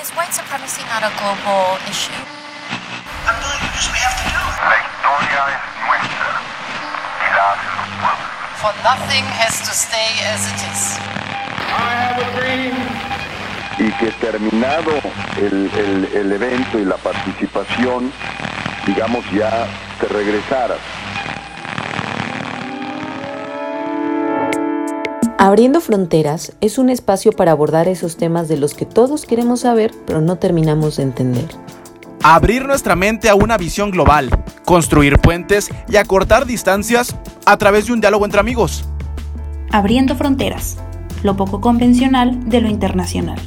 Is white supremacy not a global issue? I'm doing it because we have to do it. La historia es nuestra y la hacen los pueblos. For nothing has to stay as it is. I have a dream. Y que terminado el evento y la participación, digamos, ya te regresaras. Abriendo Fronteras es un espacio para abordar esos temas de los que todos queremos saber, pero no terminamos de entender. Abrir nuestra mente a una visión global, construir puentes y acortar distancias a través de un diálogo entre amigos. Abriendo Fronteras, lo poco convencional de lo internacional.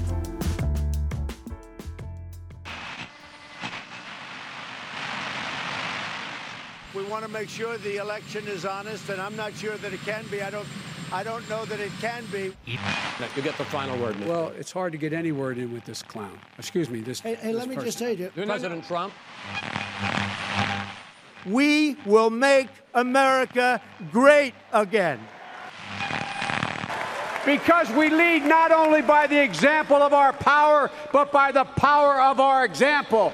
We want to make sure the election is honest, and I'm not sure that it can be. I don't know that it can be. You get the final word, Nick. Well, it's hard to get any word in with this clown. Excuse me, this. Hey, let me just say to you, President Trump. We will make America great again. Because we lead not only by the example of our power, but by the power of our example.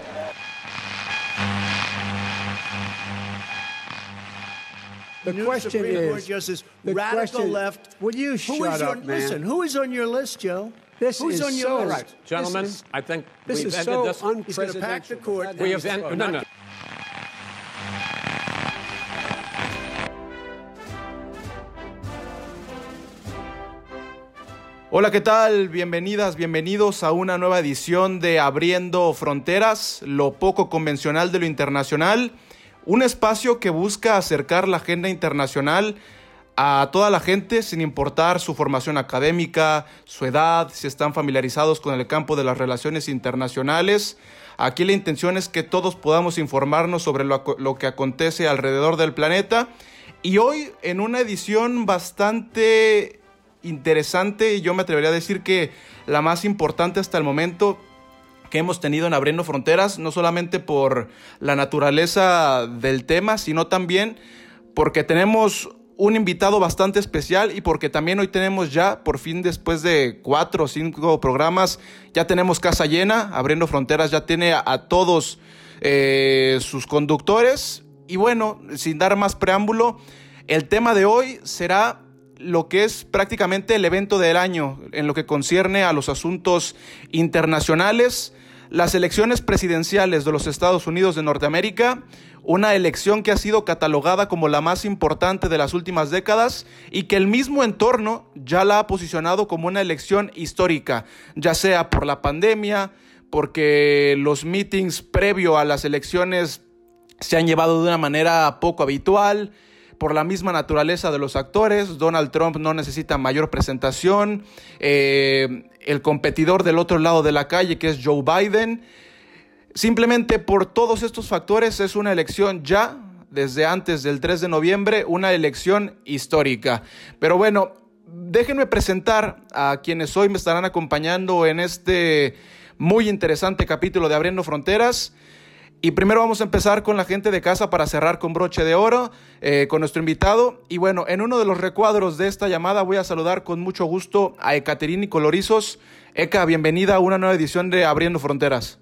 The question is, Justice, radical left. Will you shut up, man? Listen, who is on your list, Joe? Who's on your list? Right. Gentlemen, I think this we've is ended so this. He's going to pack the court. We have ended. No. Hola, ¿qué tal? Bienvenidas, bienvenidos a una nueva edición de Abriendo Fronteras, lo poco convencional de lo internacional. Un espacio que busca acercar la agenda internacional a toda la gente sin importar su formación académica, su edad, si están familiarizados con el campo de las relaciones internacionales. Aquí la intención es que todos podamos informarnos sobre lo que acontece alrededor del planeta. Y hoy en una edición bastante interesante, y yo me atrevería a decir que la más importante hasta el momento que hemos tenido en Abriendo Fronteras, no solamente por la naturaleza del tema, sino también porque tenemos un invitado bastante especial y porque también hoy tenemos ya, por fin después de 4 o 5 programas, ya tenemos casa llena. Abriendo Fronteras ya tiene a todos sus conductores. Y bueno, sin dar más preámbulo, el tema de hoy será lo que es prácticamente el evento del año en lo que concierne a los asuntos internacionales, las elecciones presidenciales de los Estados Unidos de Norteamérica, una elección que ha sido catalogada como la más importante de las últimas décadas y que el mismo entorno ya la ha posicionado como una elección histórica, ya sea por la pandemia, porque los meetings previo a las elecciones se han llevado de una manera poco habitual, por la misma naturaleza de los actores. Donald Trump no necesita mayor presentación. El competidor del otro lado de la calle, que es Joe Biden. Simplemente por todos estos factores es una elección ya, desde antes del 3 de noviembre, una elección histórica. Pero bueno, déjenme presentar a quienes hoy me estarán acompañando en este muy interesante capítulo de Abriendo Fronteras. Y primero vamos a empezar con la gente de casa para cerrar con broche de oro, con nuestro invitado. Y bueno, en uno de los recuadros de esta llamada voy a saludar con mucho gusto a Ekaterini Colorizos. Eka, bienvenida a una nueva edición de Abriendo Fronteras.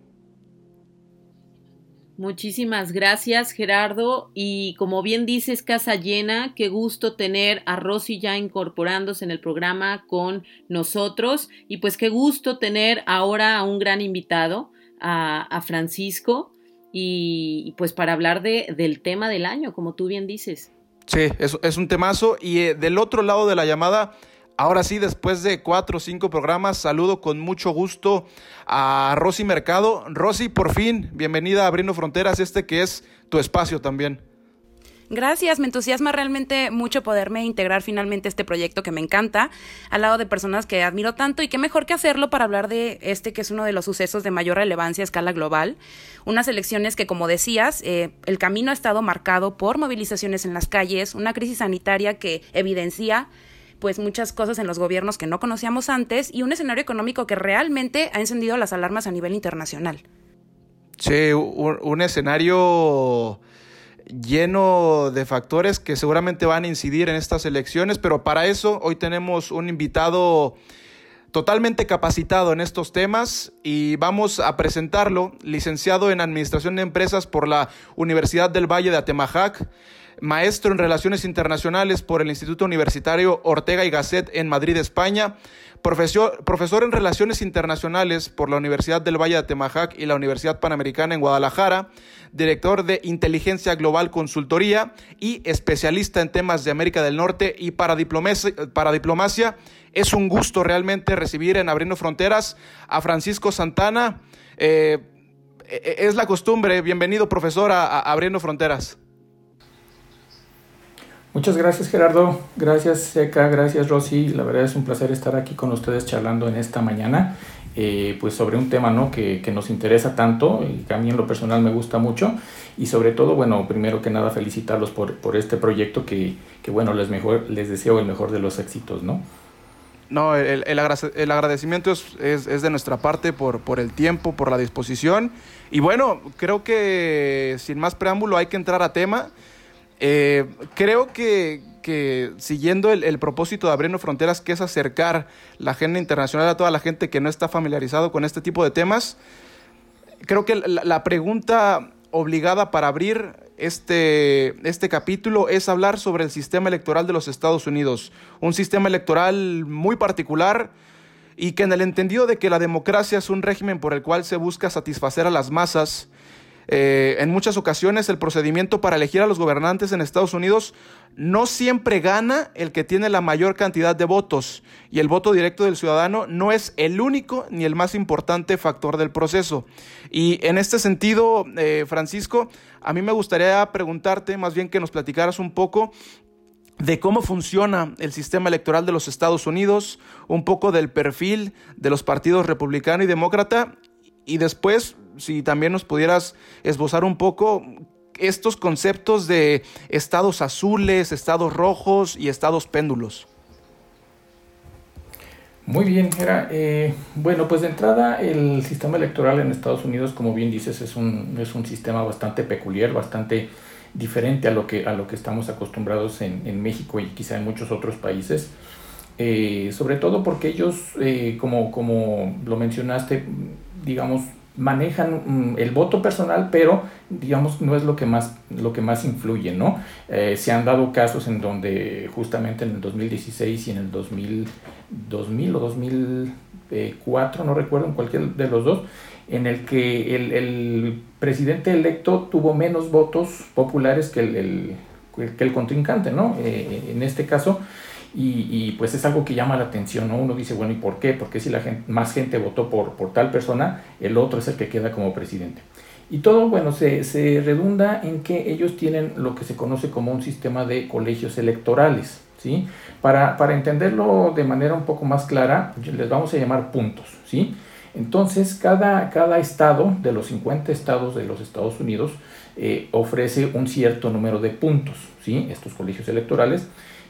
Muchísimas gracias, Gerardo. Y como bien dices, casa llena, qué gusto tener a Rosy ya incorporándose en el programa con nosotros. Y pues qué gusto tener ahora a un gran invitado, a Francisco, y pues para hablar del tema del año, como tú bien dices. Sí, es un temazo. Y del otro lado de la llamada, ahora sí, después de 4 o 5 programas, saludo con mucho gusto a Rosy Mercado. Rosy, por fin, bienvenida a Abriendo Fronteras, que es tu espacio también. Gracias, me entusiasma realmente mucho poderme integrar finalmente a este proyecto que me encanta, al lado de personas que admiro tanto, y qué mejor que hacerlo para hablar de que es uno de los sucesos de mayor relevancia a escala global. Unas elecciones que, como decías, el camino ha estado marcado por movilizaciones en las calles, una crisis sanitaria que evidencia pues muchas cosas en los gobiernos que no conocíamos antes, y un escenario económico que realmente ha encendido las alarmas a nivel internacional. Sí, un escenario lleno de factores que seguramente van a incidir en estas elecciones, pero para eso hoy tenemos un invitado totalmente capacitado en estos temas y vamos a presentarlo, licenciado en Administración de Empresas por la Universidad del Valle de Atemajac, maestro en Relaciones Internacionales por el Instituto Universitario Ortega y Gasset en Madrid, España, profesor en Relaciones Internacionales por la Universidad del Valle de Atemajac y la Universidad Panamericana en Guadalajara, director de Inteligencia Global Consultoría y especialista en temas de América del Norte y para diplomacia. Es un gusto realmente recibir en Abriendo Fronteras a Francisco Santana. Es la costumbre. Bienvenido, profesor, a Abriendo Fronteras. Muchas gracias, Gerardo. Gracias, Seca. Gracias, Rosy. La verdad es un placer estar aquí con ustedes charlando en esta mañana, pues sobre un tema, ¿no?, que nos interesa tanto y que a mí en lo personal me gusta mucho. Y sobre todo, bueno, primero que nada felicitarlos por este proyecto que bueno, les deseo el mejor de los éxitos, ¿no? No, el agradecimiento es de nuestra parte por el tiempo, por la disposición. Y bueno, creo que sin más preámbulo hay que entrar a tema. Creo que siguiendo el propósito de Abriendo Fronteras, que es acercar la agenda internacional a toda la gente que no está familiarizado con este tipo de temas, creo que la pregunta obligada para abrir este capítulo es hablar sobre el sistema electoral de los Estados Unidos, un sistema electoral muy particular y que en el entendido de que la democracia es un régimen por el cual se busca satisfacer a las masas, en muchas ocasiones el procedimiento para elegir a los gobernantes en Estados Unidos no siempre gana el que tiene la mayor cantidad de votos, y el voto directo del ciudadano no es el único ni el más importante factor del proceso. Y en este sentido, Francisco, a mí me gustaría preguntarte, más bien que nos platicaras un poco de cómo funciona el sistema electoral de los Estados Unidos, un poco del perfil de los partidos republicano y demócrata, y después, si también nos pudieras esbozar un poco estos conceptos de estados azules, estados rojos y estados péndulos. Muy bien, Gera. Bueno, pues de entrada el sistema electoral en Estados Unidos, como bien dices, es un sistema bastante peculiar, bastante diferente a lo que estamos acostumbrados en México y quizá en muchos otros países. Sobre todo porque ellos, como lo mencionaste, digamos, manejan el voto personal, pero digamos no es lo que más influye, ¿no? Se han dado casos en donde justamente en el 2016 y en el 2000 o 2004, no recuerdo, en cualquier de los dos, en el que el presidente electo tuvo menos votos populares que el contrincante, ¿no? En este caso. Y pues es algo que llama la atención, ¿no? Uno dice, bueno, ¿y por qué? Porque si más gente votó por tal persona, el otro es el que queda como presidente. Y todo, bueno, se redunda en que ellos tienen lo que se conoce como un sistema de colegios electorales, ¿sí? Para entenderlo de manera un poco más clara, les vamos a llamar puntos, ¿sí? Entonces, cada estado de los 50 estados de los Estados Unidos ofrece un cierto número de puntos, ¿sí? Estos colegios electorales,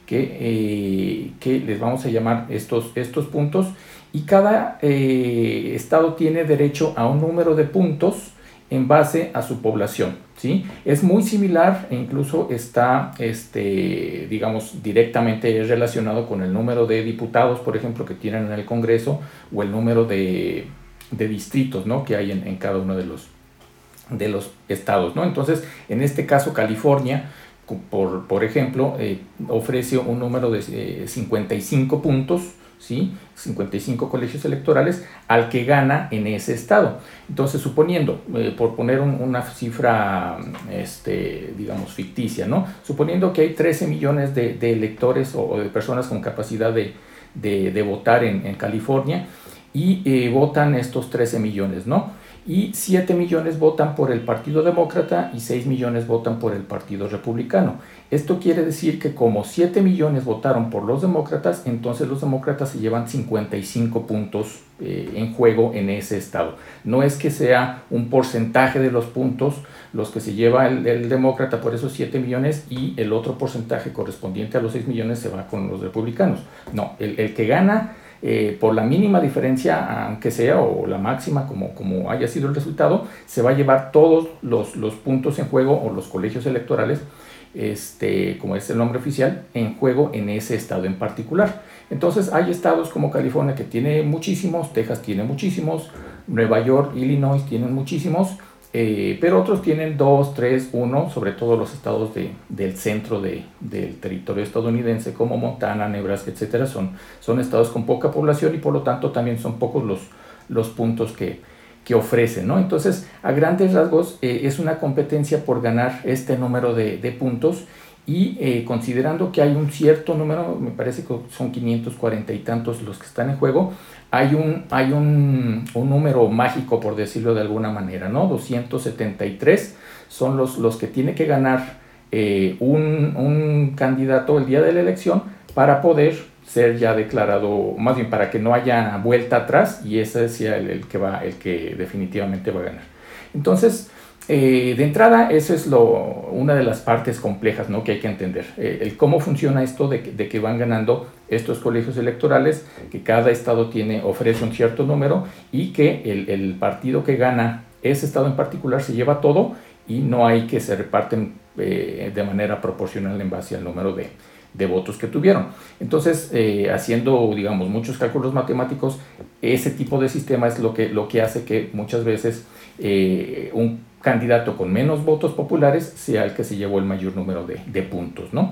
que les vamos a llamar estos puntos, y cada estado tiene derecho a un número de puntos en base a su población, ¿sí? Es muy similar e incluso está, digamos, directamente relacionado con el número de diputados, por ejemplo, que tienen en el Congreso, o el número de distritos, ¿no?, que hay en cada uno de los estados, ¿no? Entonces, en este caso, California, por ejemplo, ofrece un número de 55 puntos, ¿sí? 55 colegios electorales al que gana en ese estado. Entonces, suponiendo, por poner una cifra, digamos, ficticia, ¿no? Suponiendo que hay 13 millones de electores o de personas con capacidad de votar en California, y votan estos 13 millones, ¿no? Y 7 millones votan por el Partido Demócrata y 6 millones votan por el Partido Republicano. Esto quiere decir que como 7 millones votaron por los demócratas, entonces los demócratas se llevan 55 puntos en juego en ese estado. No es que sea un porcentaje de los puntos los que se lleva el demócrata por esos 7 millones y el otro porcentaje correspondiente a los 6 millones se va con los republicanos. No, el que gana por la mínima diferencia, aunque sea, o la máxima, como haya sido el resultado, se va a llevar todos los puntos en juego, o los colegios electorales, como es el nombre oficial, en juego en ese estado en particular. Entonces hay estados como California que tiene muchísimos, Texas tiene muchísimos, Nueva York, Illinois tienen muchísimos, pero otros tienen 2, 3, 1, sobre todo los estados del centro del territorio estadounidense, como Montana, Nebraska, etcétera, son estados con poca población y por lo tanto también son pocos los puntos que ofrecen, ¿no? Entonces, a grandes rasgos, es una competencia por ganar este número de puntos y considerando que hay un cierto número, me parece que son 540 y tantos los que están en juego, hay un número mágico, por decirlo de alguna manera, ¿no? 273 son los que tiene que ganar un candidato el día de la elección para poder ser ya declarado, más bien para que no haya vuelta atrás, y ese sea el que definitivamente va a ganar. Entonces, de entrada, eso es una de las partes complejas, ¿no?, que hay que entender. El cómo funciona esto de que van ganando estos colegios electorales, que cada estado ofrece un cierto número y que el partido que gana ese estado en particular se lleva todo y no hay que se reparten de manera proporcional en base al número de votos que tuvieron. Entonces, haciendo, digamos, muchos cálculos matemáticos, ese tipo de sistema es lo que hace que muchas veces un candidato con menos votos populares sea el que se llevó el mayor número de puntos, ¿no?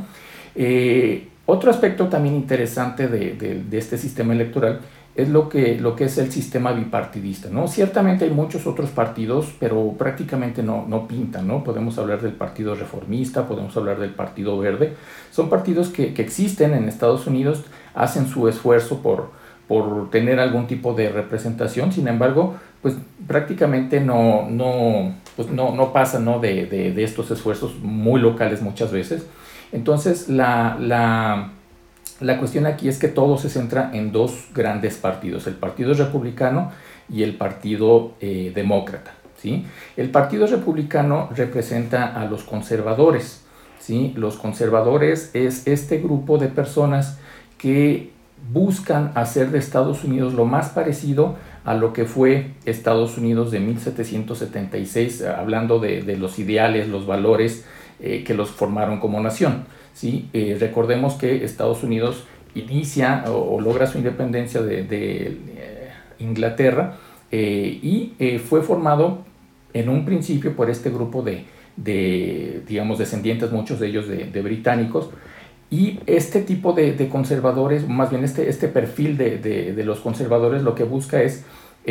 Otro aspecto también interesante de este sistema electoral es lo que es el sistema bipartidista, ¿no? Ciertamente hay muchos otros partidos, pero prácticamente no pintan, ¿no? Podemos hablar del Partido Reformista, podemos hablar del Partido Verde. Son partidos que existen en Estados Unidos, hacen su esfuerzo por tener algún tipo de representación, sin embargo, pues prácticamente no pasa, ¿no?, de estos esfuerzos muy locales muchas veces. Entonces, la cuestión aquí es que todo se centra en dos grandes partidos, el Partido Republicano y el Partido Demócrata, ¿sí? El Partido Republicano representa a los conservadores, ¿sí? Los conservadores es este grupo de personas que buscan hacer de Estados Unidos lo más parecido a lo que fue Estados Unidos de 1776, hablando de los ideales, los valores que los formaron como nación, ¿sí? Recordemos que Estados Unidos inicia o logra su independencia de Inglaterra y fue formado en un principio por este grupo digamos, descendientes, muchos de ellos de británicos. Y este tipo de conservadores, más bien este perfil de los conservadores, lo que busca es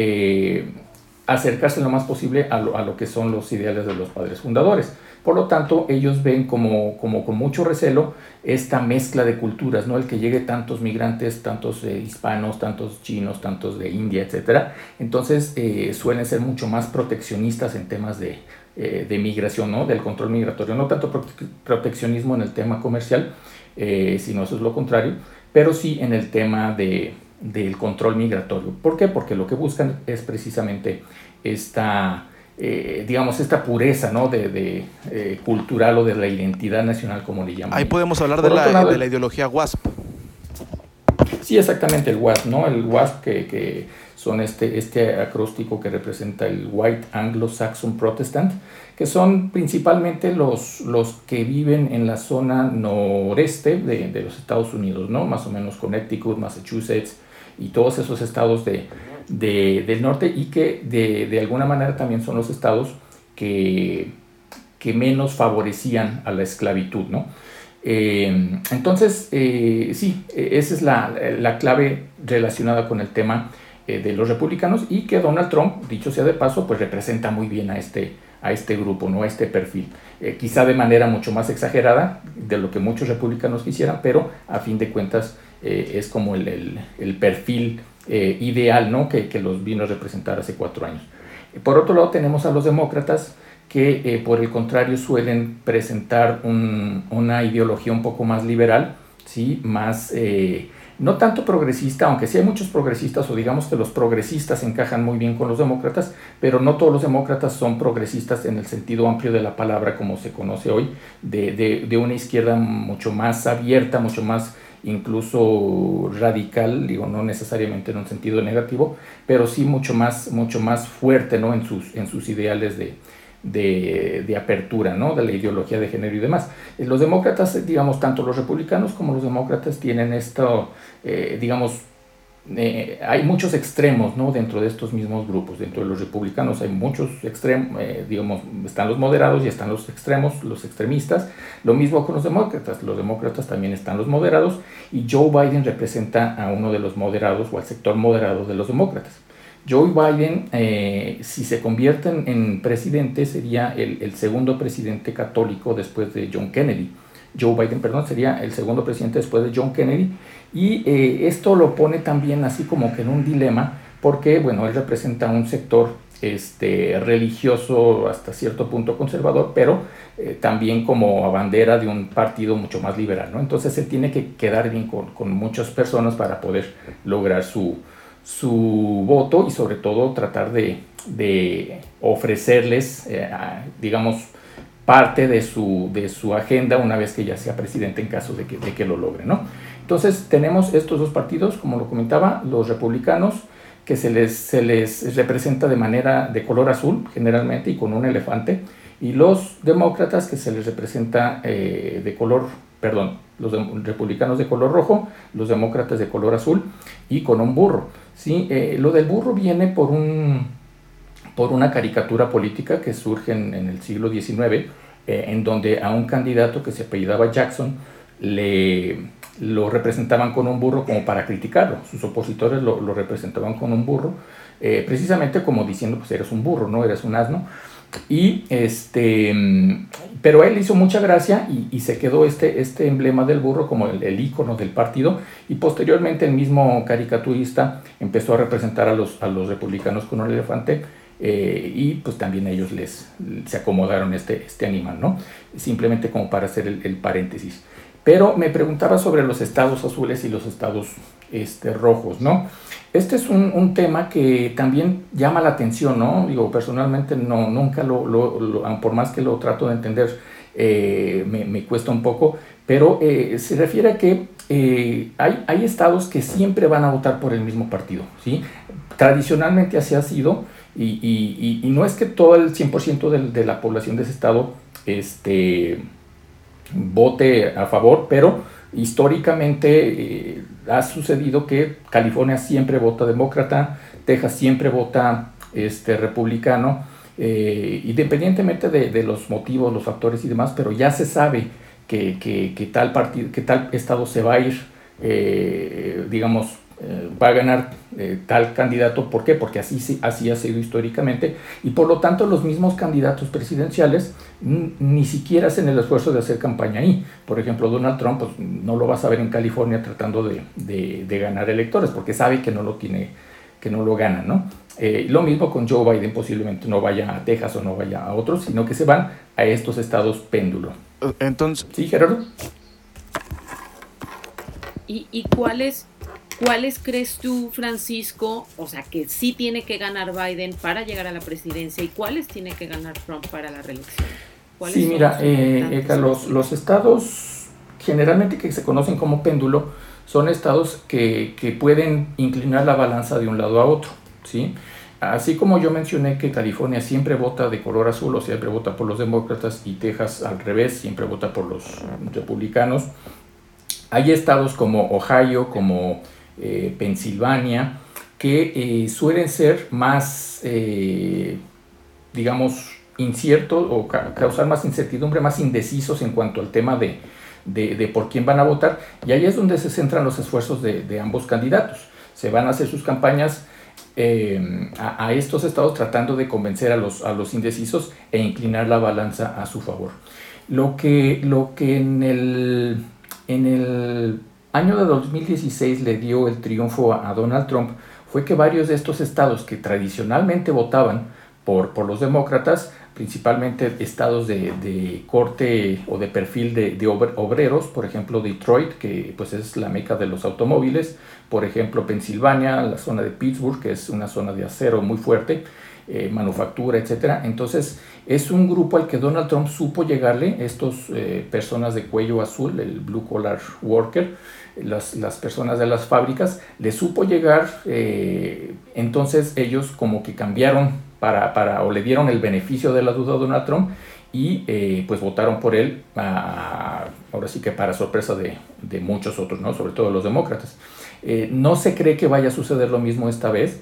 acercarse lo más posible a lo que son los ideales de los padres fundadores. Por lo tanto, ellos ven como con mucho recelo esta mezcla de culturas, ¿no? El que llegue tantos migrantes, tantos hispanos, tantos chinos, tantos de India, etc. Entonces, suelen ser mucho más proteccionistas en temas de migración, ¿no? Del control migratorio. No tanto proteccionismo en el tema comercial, sino eso es lo contrario, pero sí en el tema del control migratorio. ¿Por qué? Porque lo que buscan es precisamente esta pureza, ¿no?, cultural o de la identidad nacional, como le llaman. Ahí podemos hablar de la ideología WASP. Sí, exactamente, el WASP, ¿no? El WASP que son este acróstico que representa el White Anglo-Saxon Protestant, que son principalmente los que viven en la zona noreste de los Estados Unidos, ¿no? Más o menos Connecticut, Massachusetts y todos esos estados del norte, y que de alguna manera también son los estados que menos favorecían a la esclavitud, ¿no? Entonces, sí, esa es la clave relacionada con el tema de los republicanos, y que Donald Trump, dicho sea de paso, pues representa muy bien a este grupo, ¿no?, a este perfil. Quizá de manera mucho más exagerada de lo que muchos republicanos quisieran, pero a fin de cuentas es como el perfil ideal, ¿no?, que los vino a representar hace 4 años. Por otro lado, tenemos a los demócratas, que por el contrario suelen presentar una ideología un poco más liberal, ¿sí? Más, no tanto progresista, aunque sí hay muchos progresistas, o digamos que los progresistas encajan muy bien con los demócratas, pero no todos los demócratas son progresistas en el sentido amplio de la palabra como se conoce hoy, de una izquierda mucho más abierta, mucho más incluso radical, digo, no necesariamente en un sentido negativo, pero sí mucho más fuerte, ¿no?, en sus ideales de apertura, ¿no? De la ideología de género y demás. Los demócratas, digamos, tanto los republicanos como los demócratas tienen esto, hay muchos extremos, ¿no? Dentro de estos mismos grupos. Dentro de los republicanos hay muchos extremos, están los moderados y están los extremos, los extremistas. Lo mismo con los demócratas también están los moderados, y Joe Biden representa a uno de los moderados o al sector moderado de los demócratas. Joe Biden, si se convierte en presidente, sería el segundo presidente católico después de John Kennedy. Joe Biden, sería el segundo presidente después de John Kennedy, y esto lo pone también así como que en un dilema, porque, bueno, él representa un sector religioso hasta cierto punto conservador, pero también como bandera de un partido mucho más liberal, ¿no? Entonces él tiene que quedar bien con muchas personas para poder lograr su voto, y sobre todo tratar de ofrecerles, parte de su agenda una vez que ya sea presidente, en caso de que lo logre, ¿no? Entonces tenemos estos dos partidos, como lo comentaba, los republicanos, que se les representa de color azul generalmente y con un elefante, y los demócratas, que se les representa los republicanos de color rojo, los demócratas de color azul y con un burro, ¿sí? Lo del burro viene por una caricatura política que surge en el siglo XIX, en donde a un candidato que se apellidaba Jackson lo representaban con un burro como para criticarlo. Sus opositores lo representaban con un burro, precisamente como diciendo, pues eres un burro, ¿no? Eres un asno. Pero a él hizo mucha gracia y se quedó este emblema del burro como el ícono del partido, y posteriormente el mismo caricaturista empezó a representar a los republicanos con un elefante, y pues también ellos se acomodaron este animal, ¿no? Simplemente como para hacer el paréntesis. Pero me preguntaba sobre los estados azules y los estados rojos, ¿no? Este es un tema que también llama la atención, ¿no? Digo, personalmente nunca por más que lo trato de entender, me cuesta un poco, pero se refiere a que hay estados que siempre van a votar por el mismo partido, ¿sí? Tradicionalmente así ha sido, y no es que todo el 100% de la población de ese estado vote a favor, pero históricamente ha sucedido que California siempre vota demócrata, Texas siempre vota republicano, independientemente de los motivos, los factores y demás, pero ya se sabe que tal estado se va a ir, va a ganar tal candidato. ¿Por qué? Porque así ha sido históricamente, y por lo tanto los mismos candidatos presidenciales ni siquiera hacen el esfuerzo de hacer campaña ahí. Por ejemplo, Donald Trump, pues, no lo vas a ver en California tratando de ganar electores, porque sabe que no lo gana, ¿no? Lo mismo con Joe Biden, posiblemente no vaya a Texas o no vaya a otros, sino que se van a estos estados péndulo. Entonces, ¿sí, Gerardo? ¿Y cuáles crees tú, Francisco, o sea, que sí tiene que ganar Biden para llegar a la presidencia, y cuáles tiene que ganar Trump para la reelección? Sí, mira, los estados generalmente que se conocen como péndulo son estados que pueden inclinar la balanza de un lado a otro, ¿sí? Así como yo mencioné que California siempre vota de color azul, o siempre vota por los demócratas, y Texas al revés, siempre vota por los republicanos, hay estados como Ohio, como Pensilvania, que suelen ser más, inciertos, o causar más incertidumbre, más indecisos en cuanto al tema de por quién van a votar, y ahí es donde se centran los esfuerzos de ambos candidatos. Se van a hacer sus campañas a estos estados, tratando de convencer a los indecisos e inclinar la balanza a su favor. Lo que en el año de 2016 le dio el triunfo a Donald Trump fue que varios de estos estados que tradicionalmente votaban por los demócratas, principalmente estados de corte o de perfil de obreros, por ejemplo Detroit, que pues es la meca de los automóviles, por ejemplo Pensilvania, la zona de Pittsburgh, que es una zona de acero muy fuerte, manufactura, etc. Entonces es un grupo al que Donald Trump supo llegarle, estos personas de cuello azul, el blue collar worker, las personas de las fábricas, le supo llegar. Entonces ellos como que cambiaron o le dieron el beneficio de la duda a Donald Trump y pues votaron por él, ahora sí que para sorpresa de muchos otros, ¿no? Sobre todo los demócratas. No se cree que vaya a suceder lo mismo esta vez,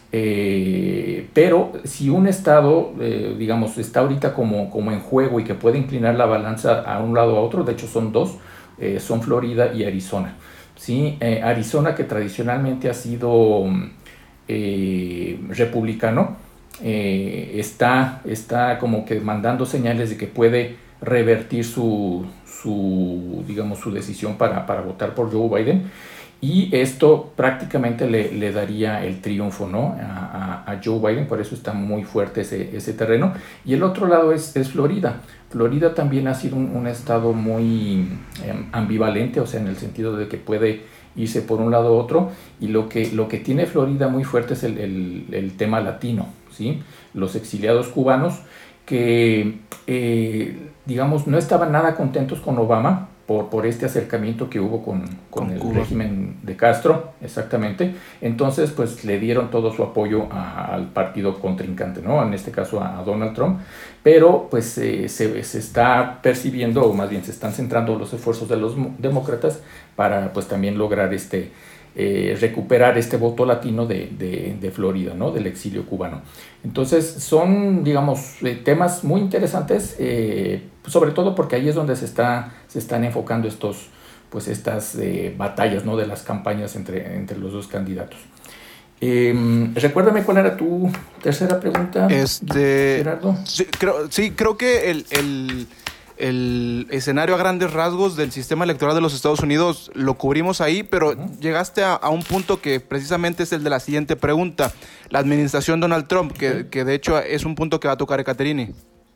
pero si un estado, digamos, está ahorita como en juego y que puede inclinar la balanza a un lado o a otro, de hecho son dos, son Florida y Arizona. ¿Sí? Arizona, que tradicionalmente ha sido republicano, está como que mandando señales de que puede revertir su decisión para votar por Joe Biden, y esto prácticamente le daría el triunfo, ¿no? a Joe Biden. Por eso está muy fuerte ese terreno. Y el otro lado es Florida. Florida también ha sido un estado muy ambivalente, o sea, en el sentido de que puede irse por un lado u otro, y lo que tiene Florida muy fuerte es el tema latino, ¿sí? Los exiliados cubanos que, digamos, no estaban nada contentos con Obama por este acercamiento que hubo con el Cuba. régimen de Castro, exactamente. Entonces, pues le dieron todo su apoyo al partido contrincante, ¿no? En este caso a Donald Trump, pero pues se está percibiendo, o más bien se están centrando los esfuerzos de los demócratas para pues también lograr recuperar este voto latino de Florida, ¿no? Del exilio cubano. Entonces son, digamos, temas muy interesantes, sobre todo porque ahí es donde se están enfocando estas batallas, ¿no? De las campañas entre los dos candidatos. Recuérdame cuál era tu tercera pregunta, Gerardo. Creo que el escenario a grandes rasgos del sistema electoral de los Estados Unidos lo cubrimos ahí, pero llegaste a un punto que precisamente es el de la siguiente pregunta, la administración Donald Trump, que de hecho es un punto que va a tocar Ekaterini.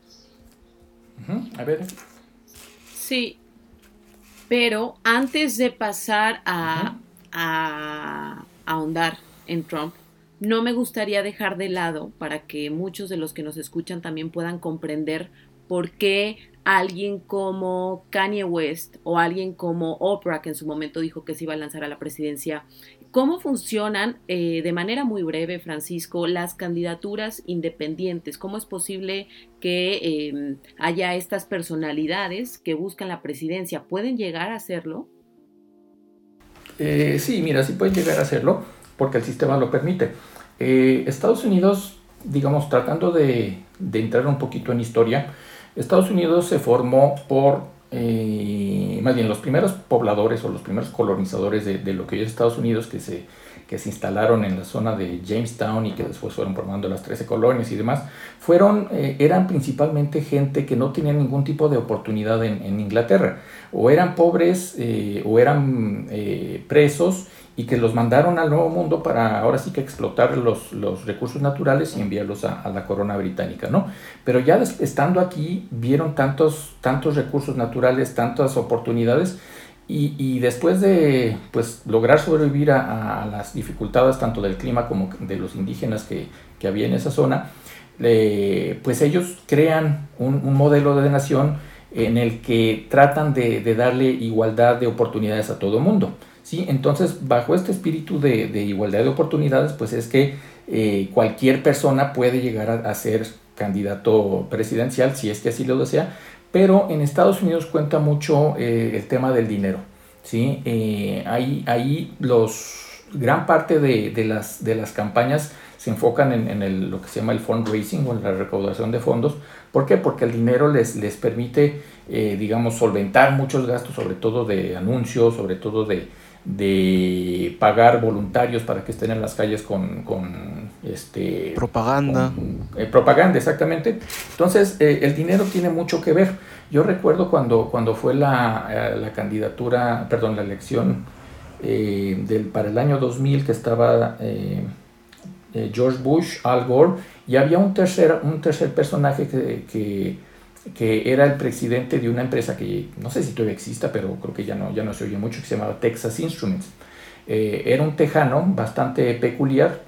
A ver. Sí, pero antes de pasar a ahondar en Trump, no me gustaría dejar de lado, para que muchos de los que nos escuchan también puedan comprender por qué alguien como Kanye West o alguien como Oprah, que en su momento dijo que se iba a lanzar a la presidencia, cómo funcionan, de manera muy breve, Francisco, las candidaturas independientes. ¿Cómo es posible que haya estas personalidades que buscan la presidencia? ¿Pueden llegar a hacerlo? Sí, mira, sí pueden llegar a hacerlo porque el sistema lo permite. Estados Unidos, digamos, tratando de entrar un poquito en historia, Estados Unidos se formó por, más bien los primeros pobladores o los primeros colonizadores de lo que hoy es Estados Unidos, que se instalaron en la zona de Jamestown y que después fueron formando las 13 colonias y demás, eran principalmente gente que no tenía ningún tipo de oportunidad en Inglaterra, o eran pobres o eran presos, y que los mandaron al Nuevo Mundo para ahora sí que explotar los recursos naturales y enviarlos a la corona británica, ¿no? Pero ya estando aquí vieron tantos recursos naturales, tantas oportunidades, y después de pues lograr sobrevivir a las dificultades tanto del clima como de los indígenas que había en esa zona, pues ellos crean un modelo de nación en el que tratan de darle igualdad de oportunidades a todo mundo. ¿Sí? Entonces, bajo este espíritu de igualdad de oportunidades, pues es que cualquier persona puede llegar a ser candidato presidencial, si es que así lo desea, pero en Estados Unidos cuenta mucho el tema del dinero, ¿sí? Ahí gran parte de las campañas se enfocan en lo que se llama el fundraising o en la recaudación de fondos. ¿Por qué? Porque el dinero les permite, digamos, solventar muchos gastos, sobre todo de anuncios, sobre todo de pagar voluntarios para que estén en las calles con propaganda. Propaganda, exactamente. Entonces, el dinero tiene mucho que ver. Yo recuerdo cuando fue la elección para el año 2000, que estaba George Bush, Al Gore, y había un tercer personaje que era el presidente de una empresa que no sé si todavía exista, pero creo que ya no se oye mucho, que se llamaba Texas Instruments. Era un tejano bastante peculiar,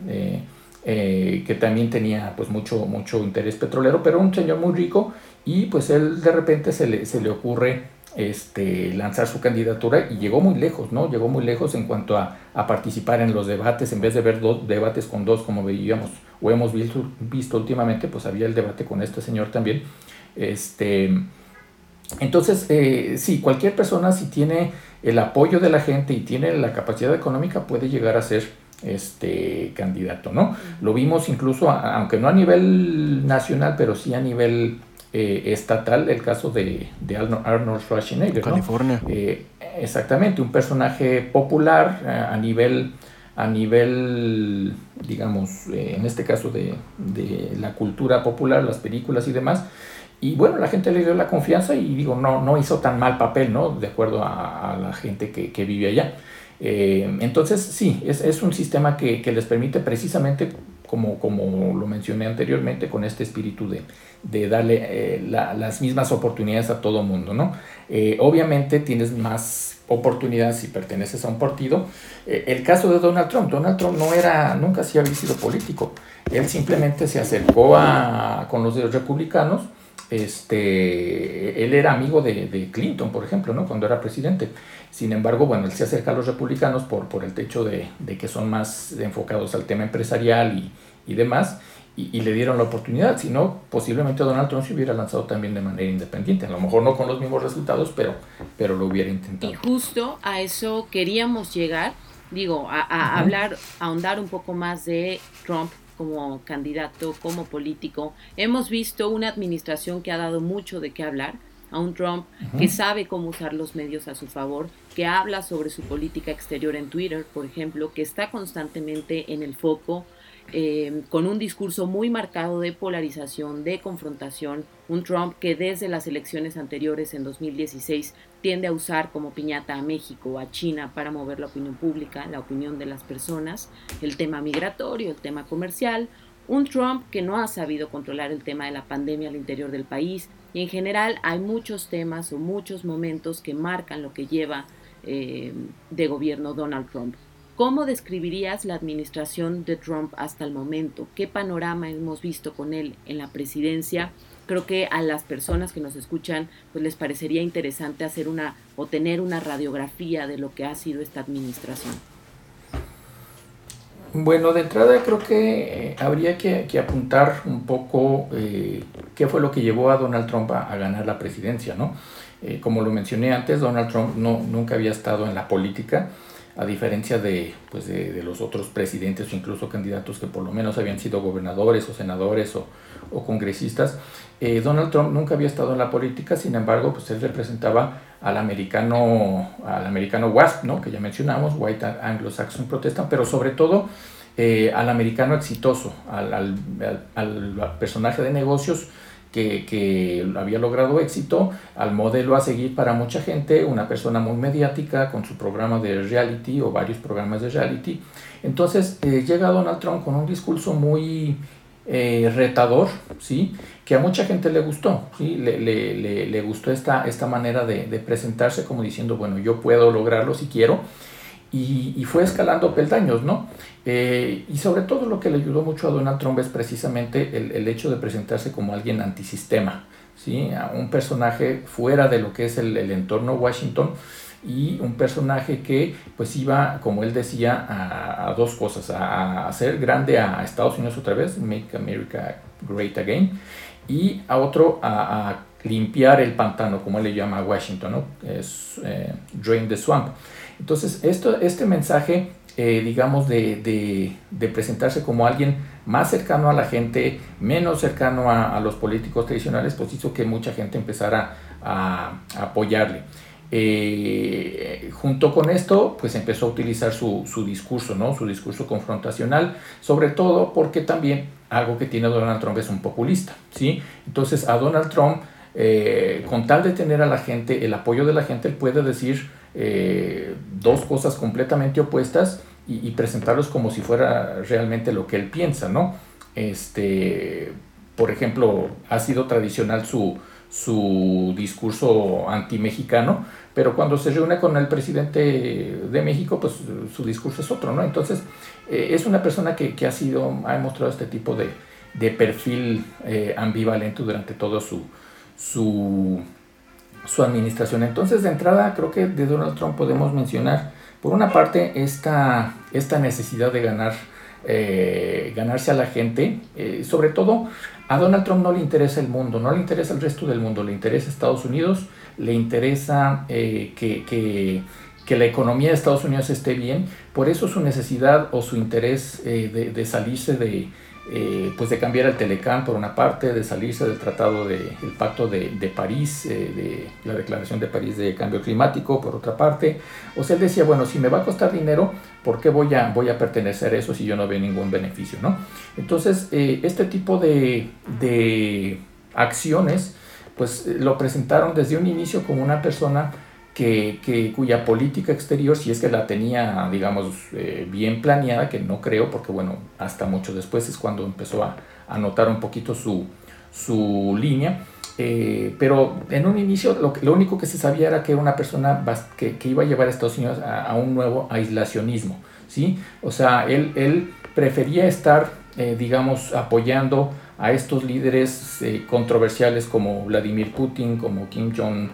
que también tenía pues mucho interés petrolero, pero un señor muy rico, y pues él de repente se le ocurre lanzar su candidatura y llegó muy lejos, ¿no? Llegó muy lejos en cuanto a participar en los debates, en vez de ver dos debates con dos como veíamos o hemos visto últimamente, pues había el debate con este señor también. Entonces, sí, cualquier persona, si tiene el apoyo de la gente y tiene la capacidad económica, puede llegar a ser candidato, ¿no? Lo vimos incluso, aunque no a nivel nacional, pero sí a nivel estatal, el caso de Arnold Schwarzenegger, ¿no? California. Exactamente, un personaje popular a nivel, digamos, en este caso de la cultura popular, las películas y demás. Y bueno, la gente le dio la confianza y digo, no hizo tan mal papel, ¿no? De acuerdo a la gente que vive allá. Entonces, sí, es un sistema que les permite precisamente, como lo mencioné anteriormente, con este espíritu de darle las mismas oportunidades a todo mundo, ¿no? Obviamente tienes más oportunidades si perteneces a un partido. El caso de Donald Trump nunca sí había sido político. Él simplemente se acercó con los republicanos. Él era amigo de Clinton, por ejemplo, ¿no? Cuando era presidente. Sin embargo, bueno, él se acerca a los republicanos por el hecho de que son más enfocados al tema empresarial y demás, y le dieron la oportunidad. Si no, posiblemente Donald Trump se hubiera lanzado también de manera independiente. A lo mejor no con los mismos resultados, pero lo hubiera intentado. Y justo a eso queríamos llegar, ahondar un poco más de Trump como candidato, como político. Hemos visto una administración que ha dado mucho de qué hablar, a un Trump que sabe cómo usar los medios a su favor, que habla sobre su política exterior en Twitter, por ejemplo, que está constantemente en el foco, con un discurso muy marcado de polarización, de confrontación, un Trump que desde las elecciones anteriores en 2016 tiende a usar como piñata a México, a China, para mover la opinión pública, la opinión de las personas, el tema migratorio, el tema comercial, un Trump que no ha sabido controlar el tema de la pandemia al interior del país, y en general hay muchos temas o muchos momentos que marcan lo que lleva de gobierno Donald Trump. ¿Cómo describirías la administración de Trump hasta el momento? ¿Qué panorama hemos visto con él en la presidencia? Creo que a las personas que nos escuchan pues les parecería interesante tener una radiografía de lo que ha sido esta administración. Bueno, de entrada creo que habría que apuntar un poco qué fue lo que llevó a Donald Trump a ganar la presidencia, ¿no? Como lo mencioné antes, Donald Trump nunca había estado en la política, a diferencia de los otros presidentes o incluso candidatos que por lo menos habían sido gobernadores o senadores o congresistas. Donald Trump nunca había estado en la política, sin embargo, pues él representaba al americano WASP, ¿no? Que ya mencionamos, White Anglo-Saxon Protestant, pero sobre todo al americano exitoso, al personaje de negocios que había logrado éxito, al modelo a seguir para mucha gente, una persona muy mediática con su programa de reality o varios programas de reality. Entonces llega Donald Trump con un discurso muy retador, ¿sí? Que a mucha gente le gustó, ¿sí? Le gustó esta manera de presentarse como diciendo, bueno, yo puedo lograrlo si quiero, y fue escalando peldaños, ¿no? Y sobre todo lo que le ayudó mucho a Donald Trump es precisamente el hecho de presentarse como alguien antisistema, ¿sí? A un personaje fuera de lo que es el entorno Washington, y un personaje que pues iba, como él decía, a dos cosas: a hacer grande a Estados Unidos otra vez, Make America Great Again, y a otro a limpiar el pantano, como él le llama a Washington, ¿no? Es Drain the Swamp. Entonces este mensaje, digamos, de presentarse como alguien más cercano a la gente, menos cercano a los políticos tradicionales, pues hizo que mucha gente empezara a apoyarle. Junto con esto, pues empezó a utilizar su discurso, ¿no? Su discurso confrontacional, sobre todo porque también algo que tiene Donald Trump es un populista, ¿sí? Entonces a Donald Trump, con tal de tener a la gente, el apoyo de la gente, él puede decir dos cosas completamente opuestas y presentarlos como si fuera realmente lo que él piensa, ¿no? Por ejemplo, ha sido tradicional su discurso anti-mexicano, pero cuando se reúne con el presidente de México, pues su discurso es otro, ¿no? Entonces, es una persona que ha demostrado este tipo de perfil ambivalente durante todo su su administración. Entonces, de entrada, creo que de Donald Trump podemos mencionar, por una parte, esta necesidad de ganarse a la gente. Sobre todo, a Donald Trump no le interesa el mundo, no le interesa el resto del mundo, le interesa Estados Unidos, le interesa que la economía de Estados Unidos esté bien. Por eso su necesidad o su interés de salirse pues de cambiar el Telecán por una parte, de salirse del tratado del Pacto de París, de la Declaración de París de Cambio Climático por otra parte. O sea, él decía, bueno, si me va a costar dinero, ¿por qué voy a pertenecer a eso si yo no veo ningún beneficio, ¿no? Entonces, este tipo de acciones, pues lo presentaron desde un inicio como una persona cuya política exterior, si es que la tenía, digamos, bien planeada, que no creo, porque bueno, hasta mucho después es cuando empezó a notar un poquito su línea, pero en un inicio lo único que se sabía era que era una persona que iba a llevar a Estados Unidos a un nuevo aislacionismo, ¿sí? O sea, él prefería estar, digamos, apoyando a estos líderes controversiales como Vladimir Putin, como Kim Jong-un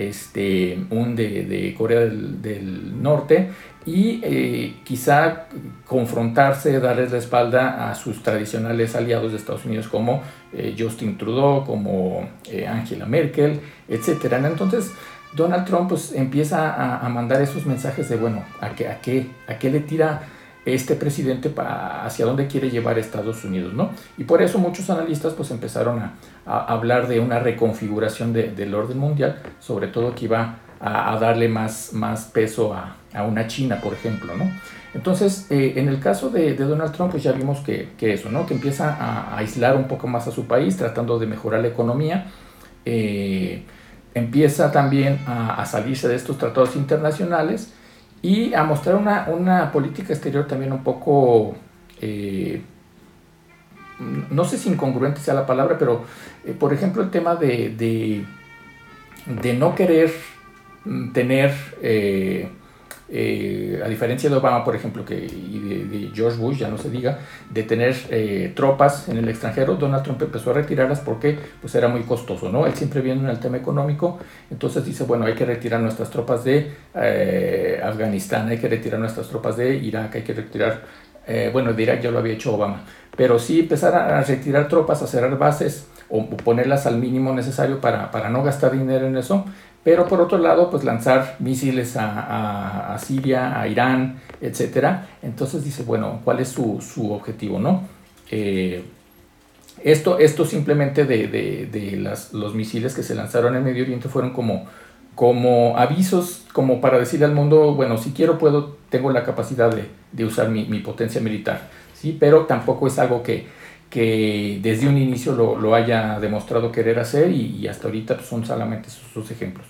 de Corea del Norte, y quizá confrontarse, darles la espalda a sus tradicionales aliados de Estados Unidos como Justin Trudeau, como Angela Merkel, etc. Entonces Donald Trump pues empieza a mandar esos mensajes de, bueno, ¿a qué le tira este presidente hacia dónde quiere llevar a Estados Unidos, ¿no? Y por eso muchos analistas pues empezaron a hablar de una reconfiguración del orden mundial, sobre todo que iba a darle más peso a una China, por ejemplo, ¿no? Entonces, en el caso de Donald Trump, pues ya vimos que eso, ¿no? Que empieza a aislar un poco más a su país, tratando de mejorar la economía, empieza también a salirse de estos tratados internacionales, y a mostrar una política exterior también un poco, no sé si incongruente sea la palabra, pero por ejemplo el tema de no querer tener, a diferencia de Obama, por ejemplo, y de George Bush, ya no se diga, de tener tropas en el extranjero, Donald Trump empezó a retirarlas porque pues era muy costoso, ¿no? Él siempre viene en el tema económico, entonces dice, bueno, hay que retirar nuestras tropas de Afganistán, hay que retirar nuestras tropas de Irak, hay que retirar, bueno, de Irak ya lo había hecho Obama, pero sí empezar a retirar tropas, a cerrar bases o ponerlas al mínimo necesario para no gastar dinero en eso. Pero por otro lado, pues lanzar misiles a Siria, a Irán, etcétera. Entonces dice, bueno, ¿cuál es su objetivo, no? Esto simplemente de los misiles que se lanzaron en Medio Oriente fueron como avisos, como para decirle al mundo, bueno, si quiero tengo la capacidad de usar mi potencia militar, ¿sí? Pero tampoco es algo que desde un inicio lo haya demostrado querer hacer, y hasta ahorita pues, son solamente sus ejemplos.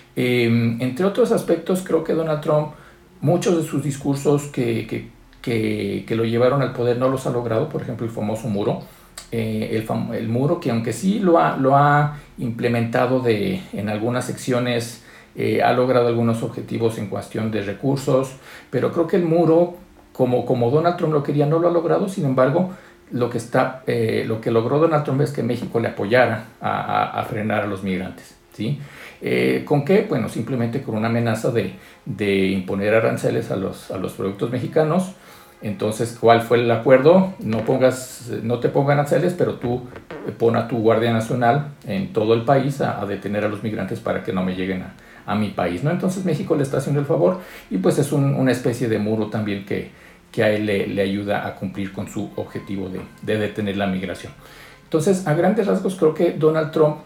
Entre otros aspectos, creo que Donald Trump, muchos de sus discursos que lo llevaron al poder no los ha logrado. Por ejemplo, el famoso muro, el muro que aunque sí lo ha implementado en algunas secciones, ha logrado algunos objetivos en cuestión de recursos, pero creo que el muro, como Donald Trump lo quería, no lo ha logrado. Sin embargo, lo que logró Donald Trump es que México le apoyara a frenar a los migrantes, ¿sí? ¿Con qué? Bueno, simplemente con una amenaza de imponer aranceles a los productos mexicanos. Entonces, ¿cuál fue el acuerdo? No te pongan aranceles, pero tú pon a tu Guardia Nacional en todo el país a detener a los migrantes para que no me lleguen a mi país, ¿no? Entonces México le está haciendo el favor, y pues es una especie de muro también que a él le ayuda a cumplir con su objetivo de detener la migración. Entonces, a grandes rasgos, creo que Donald Trump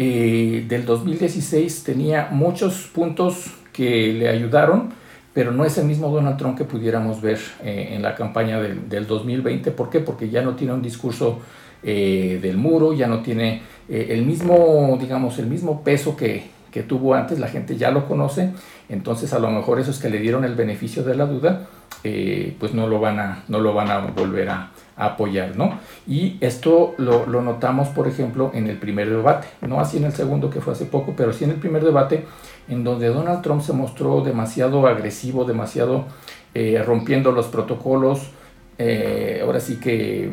del 2016 tenía muchos puntos que le ayudaron, pero no es el mismo Donald Trump que pudiéramos ver en la campaña del 2020. ¿Por qué? Porque ya no tiene un discurso del muro, ya no tiene el mismo peso que tuvo antes. La gente ya lo conoce, entonces a lo mejor esos que le dieron el beneficio de la duda, pues no lo van a volver a apoyar, ¿no? Y esto lo notamos, por ejemplo, en el primer debate, no así en el segundo, que fue hace poco, pero sí en el primer debate, en donde Donald Trump se mostró demasiado agresivo, demasiado rompiendo los protocolos, ahora sí que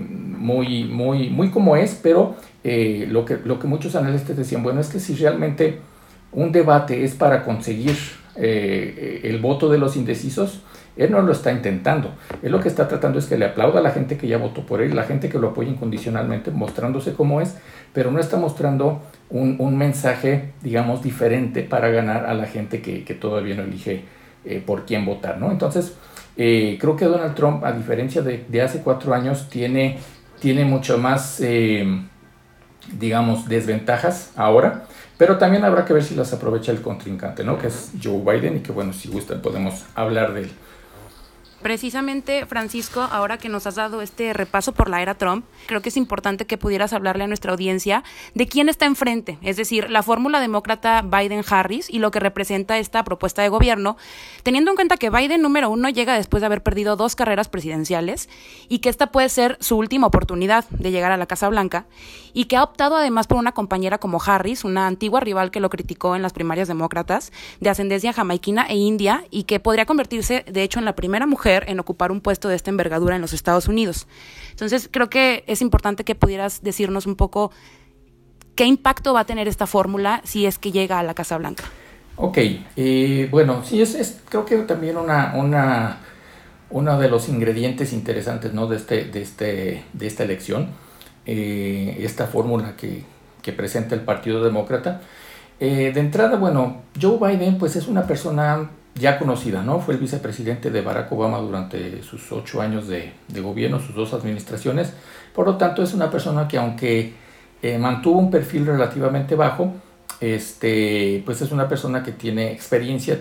muy como es, pero lo que muchos analistas decían, bueno, es que si realmente un debate es para conseguir el voto de los indecisos, él no lo está intentando. Él lo que está tratando es que le aplauda a la gente que ya votó por él, la gente que lo apoya incondicionalmente, mostrándose como es, pero no está mostrando un mensaje, digamos, diferente para ganar a la gente que todavía no elige por quién votar, ¿no? Entonces, creo que Donald Trump, a diferencia de hace 4 años, tiene mucho más, digamos, desventajas ahora, pero también habrá que ver si las aprovecha el contrincante, ¿no? Que es Joe Biden, y que, bueno, si gustan podemos hablar de él. Precisamente, Francisco, ahora que nos has dado este repaso por la era Trump, creo que es importante que pudieras hablarle a nuestra audiencia de quién está enfrente, es decir, la fórmula demócrata Biden-Harris y lo que representa esta propuesta de gobierno, teniendo en cuenta que Biden, número 1, llega después de haber perdido 2 carreras presidenciales y que esta puede ser su última oportunidad de llegar a la Casa Blanca, y que ha optado además por una compañera como Harris, una antigua rival que lo criticó en las primarias demócratas, de ascendencia jamaiquina e india, y que podría convertirse, de hecho, en la primera mujer en ocupar un puesto de esta envergadura en los Estados Unidos. Entonces, creo que es importante que pudieras decirnos un poco qué impacto va a tener esta fórmula si es que llega a la Casa Blanca. Ok, bueno, sí, es creo que también uno de los ingredientes interesantes, ¿no?, de esta elección, esta fórmula que presenta el Partido Demócrata. De entrada, bueno, Joe Biden pues es una persona ya conocida, ¿no? Fue el vicepresidente de Barack Obama durante sus 8 años de gobierno, sus 2 administraciones. Por lo tanto, es una persona que, aunque mantuvo un perfil relativamente bajo, pues es una persona que tiene experiencia,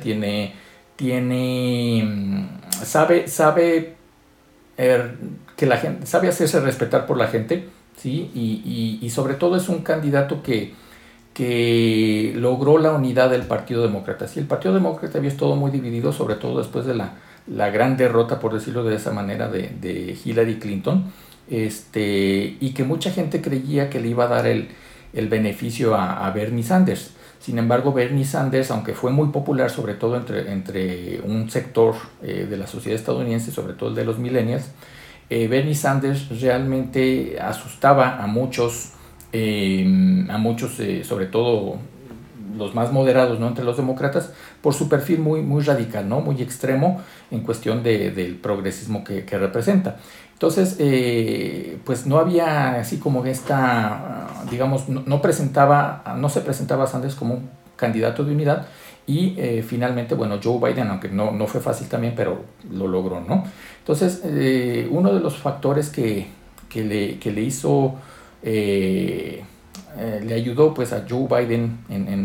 sabe que la gente, sabe hacerse respetar por la gente, ¿sí? Y sobre todo es un candidato que logró la unidad del Partido Demócrata. Sí, el Partido Demócrata había estado muy dividido, sobre todo después de la gran derrota, por decirlo de esa manera, de Hillary Clinton, y que mucha gente creía que le iba a dar el beneficio a Bernie Sanders. Sin embargo, Bernie Sanders, aunque fue muy popular, sobre todo entre un sector de la sociedad estadounidense, sobre todo el de los millennials, Bernie Sanders realmente asustaba a muchos, sobre todo los más moderados, ¿no?, entre los demócratas, por su perfil muy radical, ¿no?, muy extremo en cuestión del progresismo que representa. Entonces, pues no había así como digamos, no se presentaba a Sanders como un candidato de unidad, y finalmente, bueno, Joe Biden, aunque no fue fácil también, pero lo logró, ¿no? Entonces, uno de los factores que le hizo, le ayudó pues a Joe Biden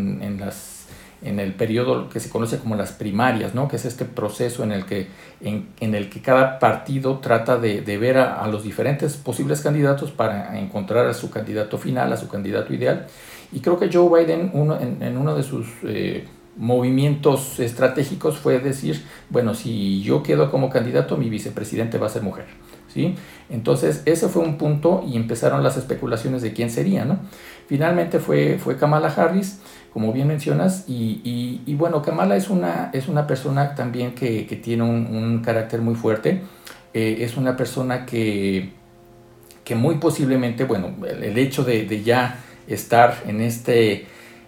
en el periodo que se conoce como las primarias, ¿no?, que es este proceso en el que cada partido trata de ver a los diferentes posibles candidatos para encontrar a su candidato final, a su candidato ideal. Y creo que Joe Biden, en uno de sus movimientos estratégicos, fue decir, bueno, si yo quedo como candidato, mi vicepresidente va a ser mujer, ¿sí? Entonces ese fue un punto, y empezaron las especulaciones de quién sería, ¿no? Finalmente fue Kamala Harris, como bien mencionas, y bueno, Kamala es una persona también que tiene un carácter muy fuerte. Es una persona que muy posiblemente, bueno, el hecho de ya estar en este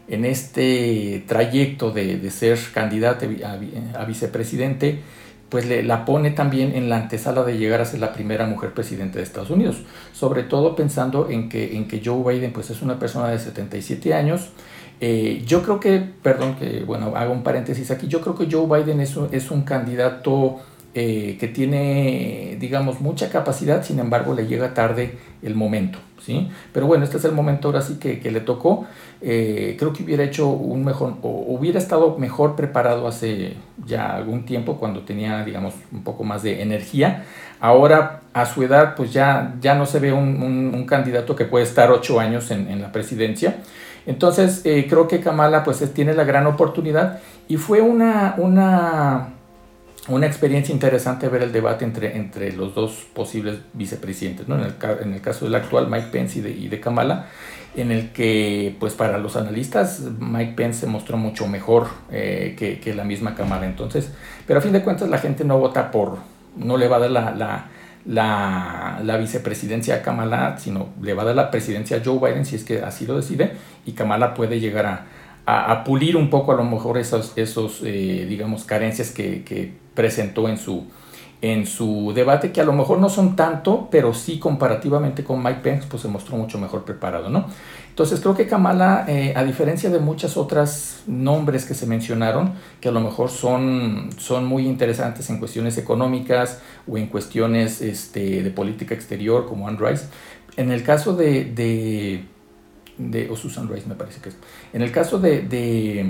trayecto de ser candidata a vicepresidente, pues la pone también en la antesala de llegar a ser la primera mujer presidente de Estados Unidos, sobre todo pensando en que Joe Biden pues es una persona de 77 años. Yo creo que, hago un paréntesis aquí, yo creo que Joe Biden es un candidato que tiene, digamos, mucha capacidad, sin embargo le llega tarde el momento, ¿sí? Pero bueno, este es el momento ahora sí que le tocó. Creo que hubiera estado mejor preparado hace ya algún tiempo, cuando tenía, digamos, un poco más de energía. Ahora, a su edad, pues ya no se ve un candidato que puede estar 8 años en la presidencia. Entonces, creo que Kamala pues tiene la gran oportunidad, y fue una experiencia interesante ver el debate entre los dos posibles vicepresidentes, ¿no? En el caso del actual Mike Pence y de Kamala, en el que pues para los analistas Mike Pence se mostró mucho mejor que la misma Kamala. Entonces, pero a fin de cuentas la gente no vota no le va a dar la vicepresidencia a Kamala, sino le va a dar la presidencia a Joe Biden si es que así lo decide, y Kamala puede llegar a pulir un poco a lo mejor esos digamos, carencias que presentó en su debate, que a lo mejor no son tanto, pero sí comparativamente con Mike Pence, pues se mostró mucho mejor preparado, ¿no? Entonces creo que Kamala, a diferencia de muchas otras nombres que se mencionaron, que a lo mejor son muy interesantes en cuestiones económicas o en cuestiones de política exterior, como Anne Rice, en el caso o Susan Rice me parece que es, en el caso de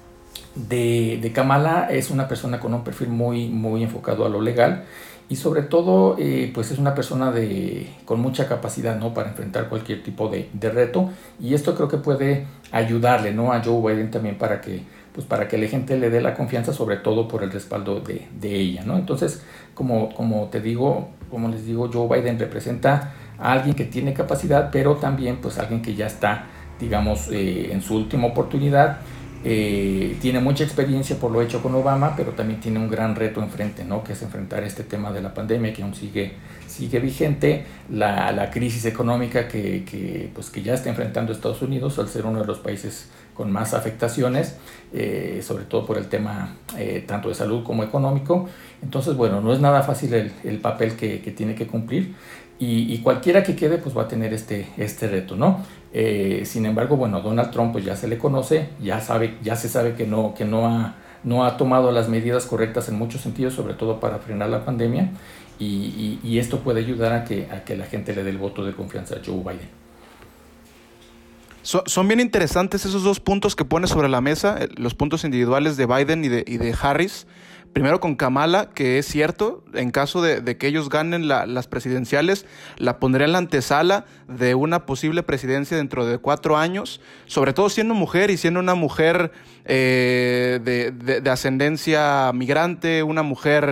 Kamala es una persona con un perfil muy, muy enfocado a lo legal y sobre todo pues es una persona con mucha capacidad, ¿no?, para enfrentar cualquier tipo de reto, y esto creo que puede ayudarle, ¿no?, a Joe Biden también para que la gente le dé la confianza, sobre todo por el respaldo de ella, ¿no? Entonces, como les digo, Joe Biden representa a alguien que tiene capacidad, pero también pues alguien que ya está, digamos, en su última oportunidad. Tiene mucha experiencia por lo hecho con Obama, pero también tiene un gran reto enfrente, ¿no?, que es enfrentar este tema de la pandemia que aún sigue vigente, la crisis económica que ya está enfrentando Estados Unidos al ser uno de los países con más afectaciones, sobre todo por el tema tanto de salud como económico. Entonces, bueno, no es nada fácil el papel que tiene que cumplir, y cualquiera que quede pues va a tener este reto, ¿no? Sin embargo, bueno, Donald Trump pues ya se le conoce, ya se sabe que no ha tomado las medidas correctas en muchos sentidos, sobre todo para frenar la pandemia, y esto puede ayudar a que la gente le dé el voto de confianza a Joe Biden. Son bien interesantes esos dos puntos que pone sobre la mesa, los puntos individuales de Biden y de Harris. Primero con Kamala, que es cierto, en caso de que ellos ganen las presidenciales, la pondría en la antesala de una posible presidencia dentro de 4 años, sobre todo siendo mujer y siendo una mujer de ascendencia migrante, una mujer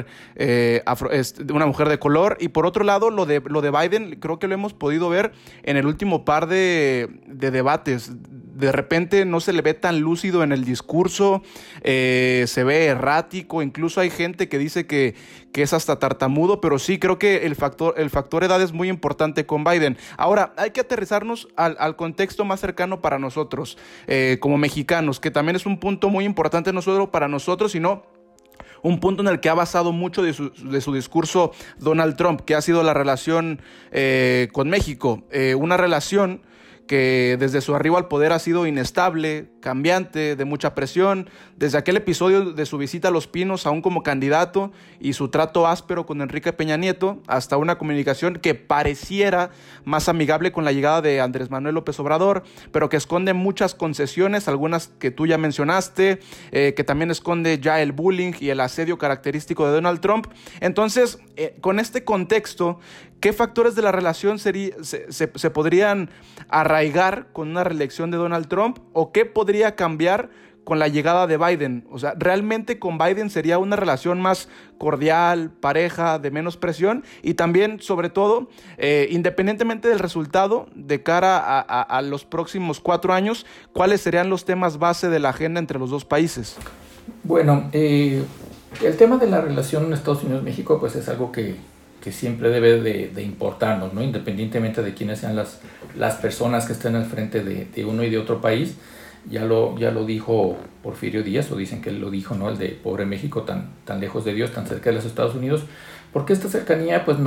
una mujer de color. Y por otro lado, lo de Biden, creo que lo hemos podido ver en el último par de debates. De repente no se le ve tan lúcido en el discurso, se ve errático, incluso hay gente que dice que es hasta tartamudo, pero sí creo que el factor edad es muy importante con Biden. Ahora, hay que aterrizarnos al contexto más cercano para nosotros, como mexicanos, que también es un punto muy importante no solo para nosotros, sino un punto en el que ha basado mucho de su discurso Donald Trump, que ha sido la relación con México, una relación que desde su arribo al poder ha sido inestable, cambiante, de mucha presión, desde aquel episodio de su visita a Los Pinos aún como candidato y su trato áspero con Enrique Peña Nieto, hasta una comunicación que pareciera más amigable con la llegada de Andrés Manuel López Obrador, pero que esconde muchas concesiones, algunas que tú ya mencionaste, que también esconde ya el bullying y el asedio característico de Donald Trump. Entonces, con este contexto, ¿qué factores de la relación se podrían arraigar con una reelección de Donald Trump? ¿O qué podría cambiar con la llegada de Biden? O sea, ¿realmente con Biden sería una relación más cordial, pareja, de menos presión? Y también, sobre todo, independientemente del resultado, de cara a los próximos 4 años, ¿cuáles serían los temas base de la agenda entre los dos países? Bueno, el tema de la relación Estados Unidos-México pues es algo que siempre debe de importarnos, ¿no? Independientemente de quiénes sean las personas que estén al frente de uno y de otro país. Ya lo dijo Porfirio Díaz, o dicen que él lo dijo, ¿no?, el de pobre México, tan lejos de Dios, tan cerca de los Estados Unidos, porque esta cercanía pues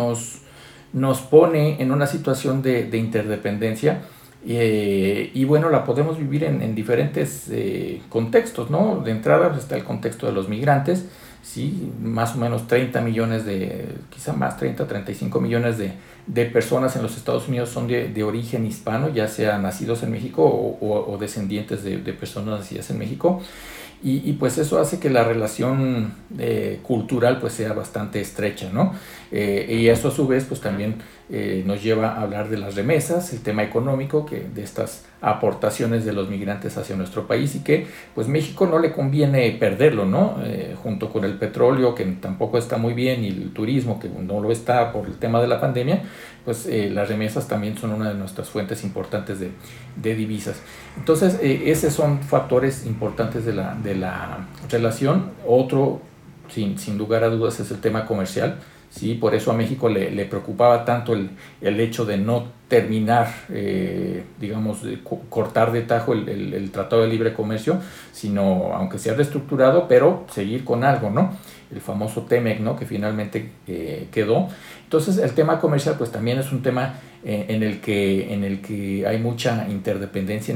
nos pone en una situación de interdependencia, y bueno, la podemos vivir en diferentes contextos, ¿no? De entrada pues, está el contexto de los migrantes. Sí, más o menos 30 millones quizá más, 35 millones de personas en los Estados Unidos son de origen hispano, ya sea nacidos en México o descendientes de personas nacidas en México. Y pues eso hace que la relación cultural pues sea bastante estrecha, ¿no? Y eso a su vez pues también nos lleva a hablar de las remesas, el tema económico, de estas aportaciones de los migrantes hacia nuestro país, y que pues México no le conviene perderlo, ¿no? Junto con el petróleo, que tampoco está muy bien, y el turismo, que no lo está por el tema de la pandemia, pues las remesas también son una de nuestras fuentes importantes de divisas. Entonces, esos son factores importantes de la relación. Otro, sin lugar a dudas, es el tema comercial. ¿sí? Por eso a México le preocupaba tanto el hecho de no terminar, digamos, de cortar de tajo el Tratado de Libre Comercio, sino, aunque sea reestructurado, pero seguir con algo, ¿no? El famoso TEMEC, ¿no? Que finalmente quedó. Entonces, el tema comercial, pues también es un tema en el que hay mucha interdependencia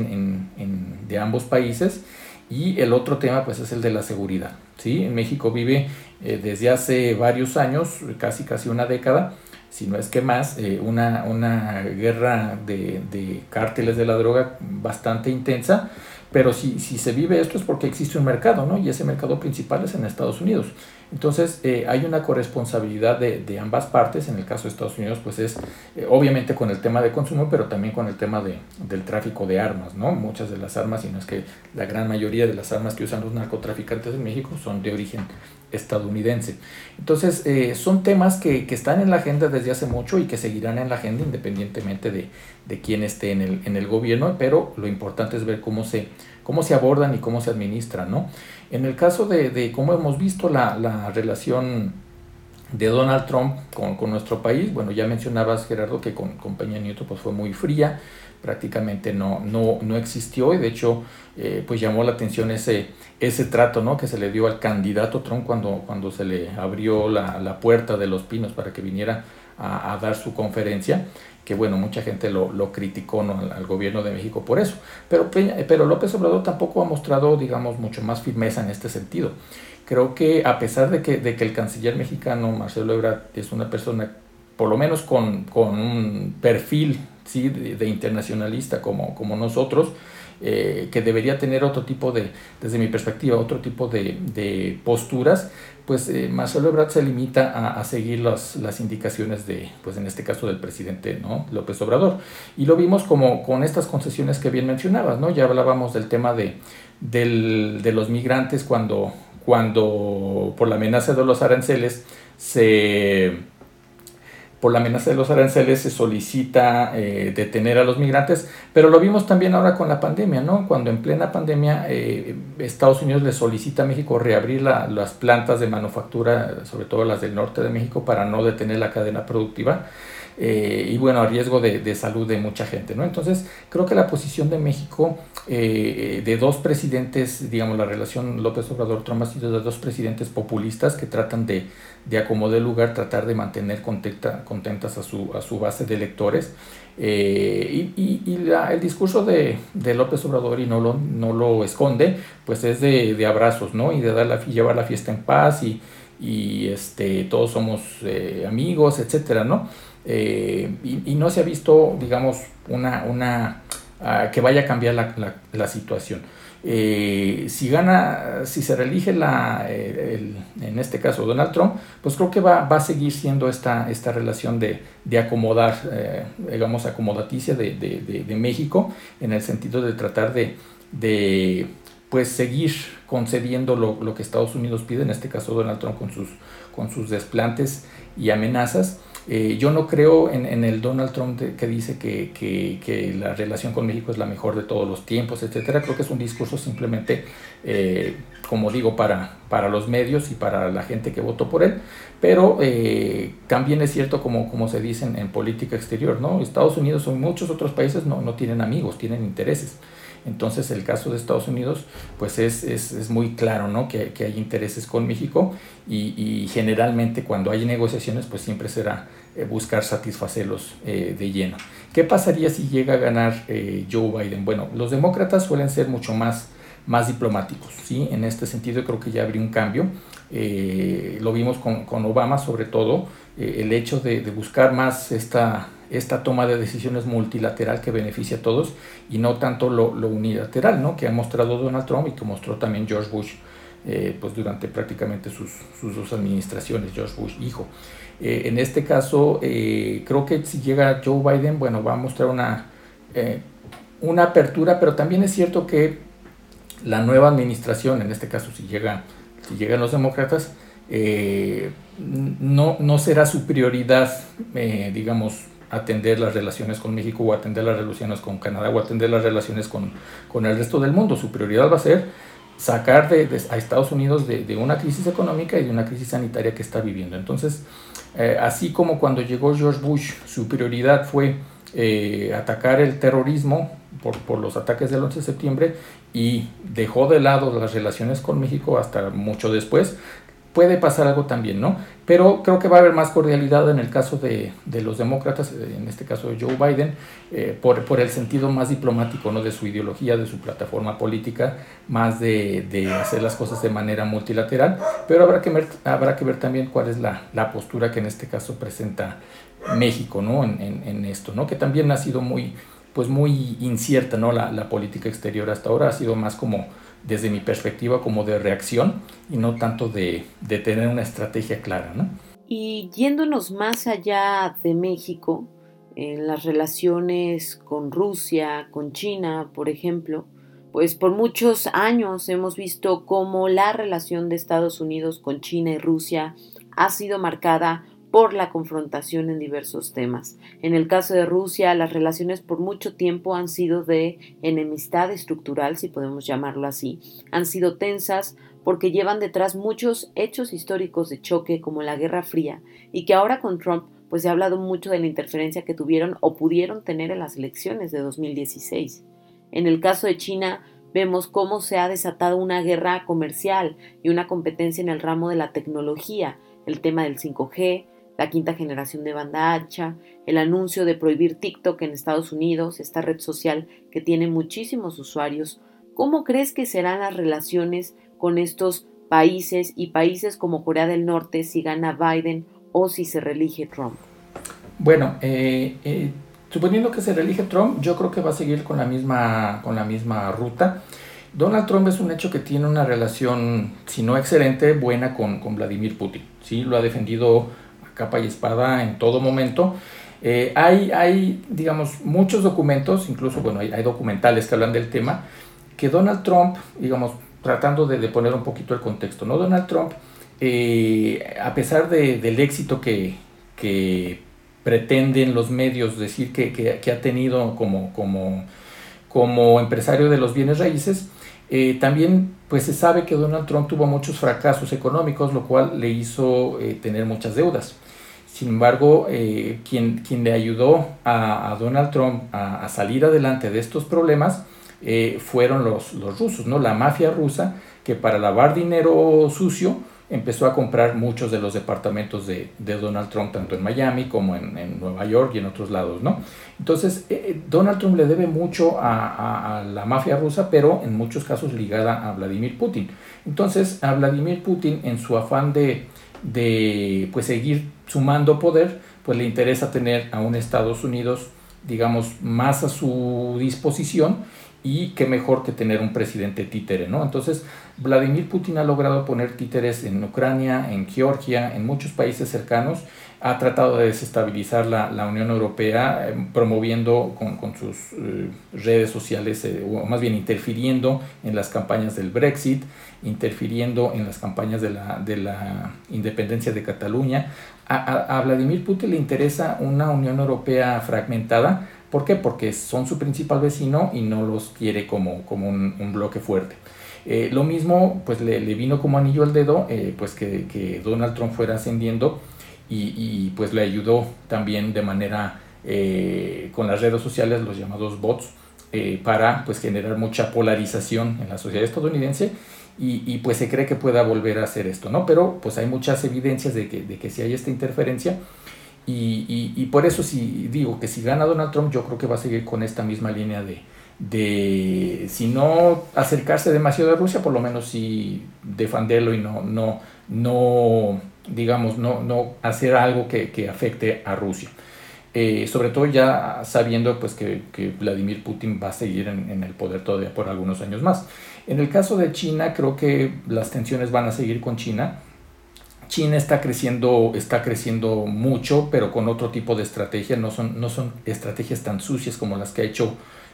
de ambos países. Y el otro tema, pues, es el de la seguridad, ¿sí? En México vive desde hace varios años, casi una década, si no es que más, una guerra de cárteles de la droga bastante intensa, pero si se vive esto es porque existe un mercado, ¿no? Y ese mercado principal es en Estados Unidos. Entonces hay una corresponsabilidad de ambas partes. En el caso de Estados Unidos, pues es obviamente con el tema de consumo, pero también con el tema del tráfico de armas, ¿no? Muchas de las armas, y no es que la gran mayoría de las armas que usan los narcotraficantes en México son de origen estadounidense. Entonces son temas que están en la agenda desde hace mucho y que seguirán en la agenda independientemente de quién esté en el gobierno, pero lo importante es ver cómo se abordan y cómo se administran, ¿no? En el caso de cómo hemos visto la relación de Donald Trump con nuestro país, bueno, ya mencionabas, Gerardo, que con Peña Nieto pues fue muy fría, prácticamente no existió, y de hecho pues llamó la atención ese trato, ¿no? Que se le dio al candidato Trump cuando se le abrió la puerta de Los Pinos para que viniera a dar su conferencia, que bueno, mucha gente lo criticó, ¿no? al gobierno de México por eso, pero López Obrador tampoco ha mostrado, digamos, mucho más firmeza en este sentido. Creo que a pesar de que el canciller mexicano, Marcelo Ebrard, es una persona, por lo menos con un perfil, ¿sí? de internacionalista como nosotros, que debería tener otro tipo desde mi perspectiva, otro tipo de posturas, pues Marcelo Ebrard se limita a seguir las indicaciones pues en este caso del presidente, ¿no? López Obrador. Y lo vimos como con estas concesiones que bien mencionabas, ¿no? Ya hablábamos del tema de los migrantes cuando por la amenaza de los aranceles se solicita detener a los migrantes, pero lo vimos también ahora con la pandemia, ¿no? Cuando en plena pandemia Estados Unidos le solicita a México reabrir las plantas de manufactura, sobre todo las del norte de México, para no detener la cadena productiva. Y bueno, a riesgo de salud de mucha gente, ¿no? Entonces, creo que la posición de México, de dos presidentes, digamos, la relación López Obrador-Trump ha sido de dos presidentes populistas que tratan de acomodar el lugar, tratar de mantener contentas a su base de electores. El discurso de López Obrador, y no lo esconde, pues es de abrazos, ¿no? Y de llevar la fiesta en paz y todos somos amigos, etcétera, ¿no? Y no se ha visto, digamos, que vaya a cambiar la situación. Si se reelige en este caso Donald Trump, pues creo que va a seguir siendo esta relación de acomodar, digamos, acomodaticia de México, en el sentido de tratar de pues seguir concediendo lo que Estados Unidos pide, en este caso Donald Trump con sus desplantes y amenazas. Yo no creo en el Donald Trump que dice que la relación con México es la mejor de todos los tiempos, etcétera. Creo que es un discurso simplemente, como digo, para los medios y para la gente que votó por él, pero también es cierto, como se dice en política exterior, ¿no? Estados Unidos o muchos otros países no tienen amigos, tienen intereses. Entonces el caso de Estados Unidos pues es muy claro, ¿no? que hay intereses con México y generalmente cuando hay negociaciones pues siempre será buscar satisfacerlos de lleno. ¿Qué pasaría si llega a ganar Joe Biden? Bueno, los demócratas suelen ser mucho más diplomáticos, ¿sí? En este sentido creo que ya habría un cambio. Lo vimos con Obama, sobre todo el hecho de buscar más esta toma de decisiones multilateral que beneficia a todos y no tanto lo unilateral, ¿no? Que ha mostrado Donald Trump y que mostró también George Bush pues durante prácticamente sus dos administraciones, George Bush hijo. En este caso creo que si llega Joe Biden, bueno, va a mostrar una apertura, pero también es cierto que la nueva administración, en este caso si llegan los demócratas, no será su prioridad, digamos, atender las relaciones con México o atender las relaciones con Canadá o atender las relaciones con el resto del mundo. Su prioridad va a ser sacar a Estados Unidos de una crisis económica y de una crisis sanitaria que está viviendo. Entonces, así como cuando llegó George Bush, su prioridad fue atacar el terrorismo por los ataques del 11 de septiembre y dejó de lado las relaciones con México hasta mucho después, puede pasar algo también, ¿no? Pero creo que va a haber más cordialidad en el caso de los demócratas, en este caso de Joe Biden, por el sentido más diplomático, ¿no? De su ideología, de su plataforma política, más de hacer las cosas de manera multilateral, pero habrá que ver también cuál es la postura que en este caso presenta México, ¿no? En esto, ¿no? Que también ha sido muy incierta, ¿no? La política exterior hasta ahora ha sido más como, desde mi perspectiva, como de reacción y no tanto de tener una estrategia clara, ¿no? Y yéndonos más allá de México, en las relaciones con Rusia, con China, por ejemplo, pues por muchos años hemos visto cómo la relación de Estados Unidos con China y Rusia ha sido marcada por la confrontación en diversos temas. En el caso de Rusia, las relaciones por mucho tiempo han sido de enemistad estructural, si podemos llamarlo así. Han sido tensas porque llevan detrás muchos hechos históricos de choque como la Guerra Fría y que ahora con Trump pues se ha hablado mucho de la interferencia que tuvieron o pudieron tener en las elecciones de 2016. En el caso de China, vemos cómo se ha desatado una guerra comercial y una competencia en el ramo de la tecnología, el tema del 5G, la quinta generación de banda ancha, el anuncio de prohibir TikTok en Estados Unidos, esta red social que tiene muchísimos usuarios. ¿Cómo crees que serán las relaciones con estos países y países como Corea del Norte si gana Biden o si se reelige Trump? Bueno, suponiendo que se reelige Trump, yo creo que va a seguir con la misma ruta. Donald Trump es un hecho que tiene una relación, si no excelente, buena con Vladimir Putin. Sí, lo ha defendido capa y espada en todo momento. Hay, digamos, muchos documentos, incluso, bueno, hay documentales que hablan del tema, que Donald Trump, digamos, tratando de poner un poquito el contexto, ¿no? Donald Trump, a pesar del éxito que pretenden los medios decir que ha tenido como empresario de los bienes raíces, también pues se sabe que Donald Trump tuvo muchos fracasos económicos, lo cual le hizo tener muchas deudas. Sin embargo, quien le ayudó a Donald Trump a salir adelante de estos problemas fueron los rusos, ¿no? La mafia rusa, que para lavar dinero sucio empezó a comprar muchos de los departamentos de Donald Trump, tanto en Miami como en Nueva York y en otros lados, ¿no? Entonces, Donald Trump le debe mucho a la mafia rusa, pero en muchos casos ligada a Vladimir Putin. Entonces, a Vladimir Putin, en su afán de pues seguir sumando poder, pues le interesa tener a un Estados Unidos, digamos, más a su disposición, y qué mejor que tener un presidente títere, ¿no? Entonces, Vladimir Putin ha logrado poner títeres en Ucrania, en Georgia, en muchos países cercanos. Ha tratado de desestabilizar la Unión Europea, promoviendo con sus redes sociales, o más bien interfiriendo en las campañas del Brexit, interfiriendo en las campañas de la independencia de Cataluña. A Vladimir Putin le interesa una Unión Europea fragmentada. ¿Por qué? Porque son su principal vecino y no los quiere como un bloque fuerte. Lo mismo pues le vino como anillo al dedo pues que Donald Trump fuera ascendiendo y pues le ayudó también de manera con las redes sociales, los llamados bots, para pues generar mucha polarización en la sociedad estadounidense y pues se cree que pueda volver a hacer esto, ¿no? Pero pues hay muchas evidencias de que sí hay esta interferencia. Y por eso si digo que si gana Donald Trump, yo creo que va a seguir con esta misma línea de si no acercarse demasiado a Rusia, por lo menos sí defenderlo y no hacer algo que afecte a Rusia. Sobre todo ya sabiendo pues que Vladimir Putin va a seguir en el poder todavía por algunos años más. En el caso de China, creo que las tensiones van a seguir con China. China está creciendo mucho, pero con otro tipo de estrategia. No son estrategias tan sucias como las que ha hecho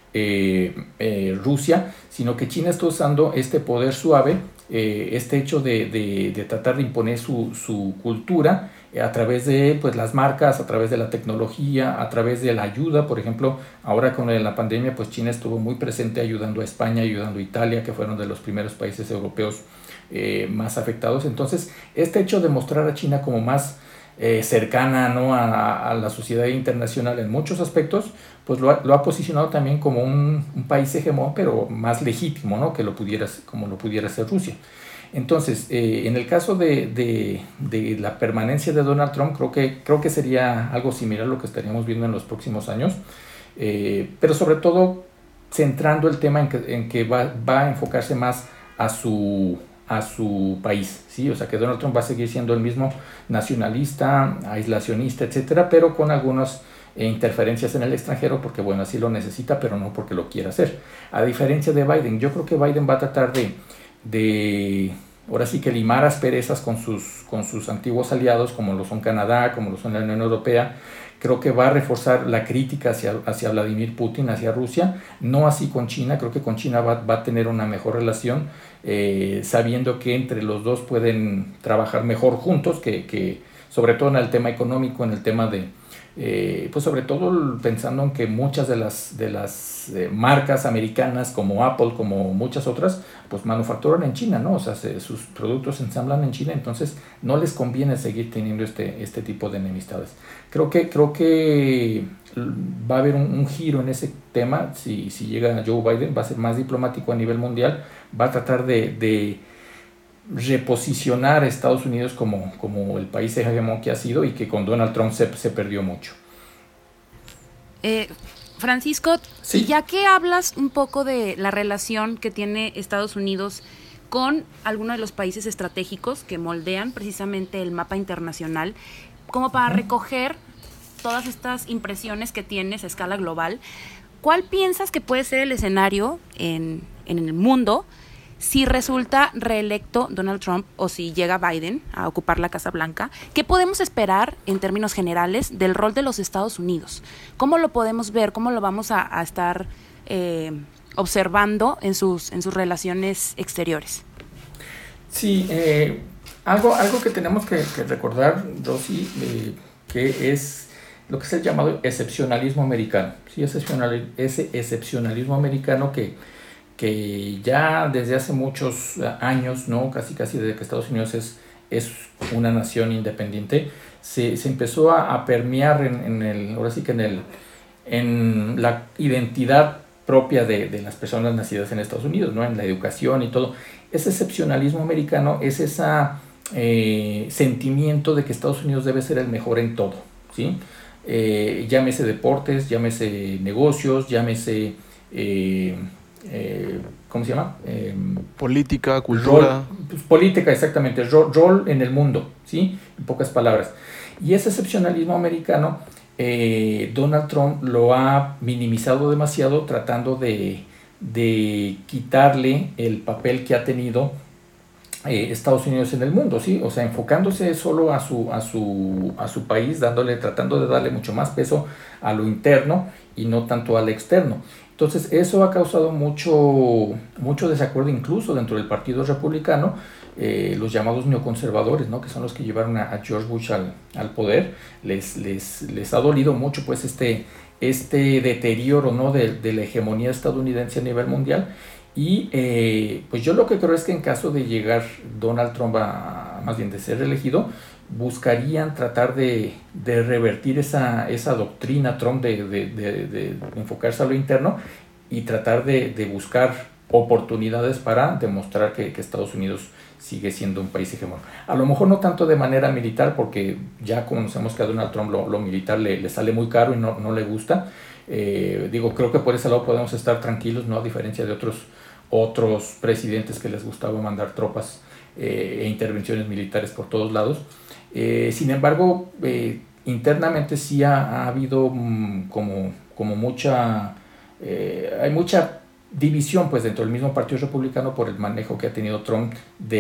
Rusia, sino que China está usando este poder suave, este hecho de tratar de imponer su cultura a través de pues, las marcas, a través de la tecnología, a través de la ayuda. Por ejemplo, ahora con la pandemia, pues China estuvo muy presente ayudando a España, ayudando a Italia, que fueron de los primeros países europeos más afectados. Entonces, este hecho de mostrar a China como más cercana, ¿no?, a la sociedad internacional en muchos aspectos, pues lo ha posicionado también como un país hegemón, pero más legítimo, ¿no?, como lo pudiera ser Rusia. Entonces, en el caso de la permanencia de Donald Trump, creo que sería algo similar a lo que estaríamos viendo en los próximos años, pero sobre todo centrando el tema en que va a enfocarse más a su país, ¿sí? O sea, que Donald Trump va a seguir siendo el mismo nacionalista, aislacionista, etcétera, pero con algunas interferencias en el extranjero, porque bueno, así lo necesita, pero no porque lo quiera hacer. A diferencia de Biden, yo creo que Biden va a tratar de ahora sí que limar asperezas con sus antiguos aliados, como lo son Canadá, como lo son la Unión Europea. Creo que va a reforzar la crítica hacia Vladimir Putin, hacia Rusia, no así con China. Creo que con China va a tener una mejor relación, sabiendo que entre los dos pueden trabajar mejor juntos, que sobre todo en el tema económico, en el tema pues sobre todo pensando en que muchas de las marcas americanas como Apple, como muchas otras, pues manufacturan en China, ¿no? O sea, sus productos se ensamblan en China, entonces no les conviene seguir teniendo este tipo de enemistades. Creo que va a haber un giro en ese tema. Si llega Joe Biden, va a ser más diplomático a nivel mundial, va a tratar de reposicionar a Estados Unidos como el país hegemón que ha sido, y que con Donald Trump se perdió mucho. Francisco, sí. Ya que hablas un poco de la relación que tiene Estados Unidos con algunos de los países estratégicos que moldean precisamente el mapa internacional, como para recoger todas estas impresiones que tienes a escala global, ¿cuál piensas que puede ser el escenario en el mundo si resulta reelecto Donald Trump o si llega Biden a ocupar la Casa Blanca? ¿Qué podemos esperar en términos generales del rol de los Estados Unidos? ¿Cómo lo podemos ver? ¿Cómo lo vamos a estar observando en sus relaciones exteriores? Sí, algo que tenemos que recordar, Rosy, que es lo que es el llamado excepcionalismo americano. Sí, ese excepcionalismo americano que ya desde hace muchos años, ¿no?, casi desde que Estados Unidos es una nación independiente, se empezó a permear en la identidad propia de las personas nacidas en Estados Unidos, ¿no?, en la educación y todo. Ese excepcionalismo americano es ese sentimiento de que Estados Unidos debe ser el mejor en todo, ¿sí? Llámese deportes, llámese negocios, llámese ¿cómo se llama? Política, cultura. Política, exactamente, rol en el mundo, ¿sí? En pocas palabras. Y ese excepcionalismo americano, Donald Trump lo ha minimizado demasiado, tratando de quitarle el papel que ha tenido Estados Unidos en el mundo, ¿sí? O sea, enfocándose solo a su país, tratando de darle mucho más peso a lo interno y no tanto al externo. Entonces, eso ha causado mucho desacuerdo incluso dentro del Partido Republicano, los llamados neoconservadores, ¿no?, que son los que llevaron a George Bush al poder. Les ha dolido mucho pues este deterioro, ¿no?, de la hegemonía estadounidense a nivel mundial. Y pues yo lo que creo es que en caso de llegar Donald Trump más bien de ser elegido, buscarían tratar de revertir esa doctrina Trump de enfocarse a lo interno y tratar de buscar oportunidades para demostrar que Estados Unidos sigue siendo un país hegemón. A lo mejor no tanto de manera militar, porque ya conocemos que a Donald Trump lo militar le sale muy caro y no le gusta. Creo que por ese lado podemos estar tranquilos, ¿no?, a diferencia de otros presidentes que les gustaba mandar tropas e intervenciones militares por todos lados. Sin embargo, internamente sí ha habido como mucha hay mucha división pues dentro del mismo Partido Republicano por el manejo que ha tenido Trump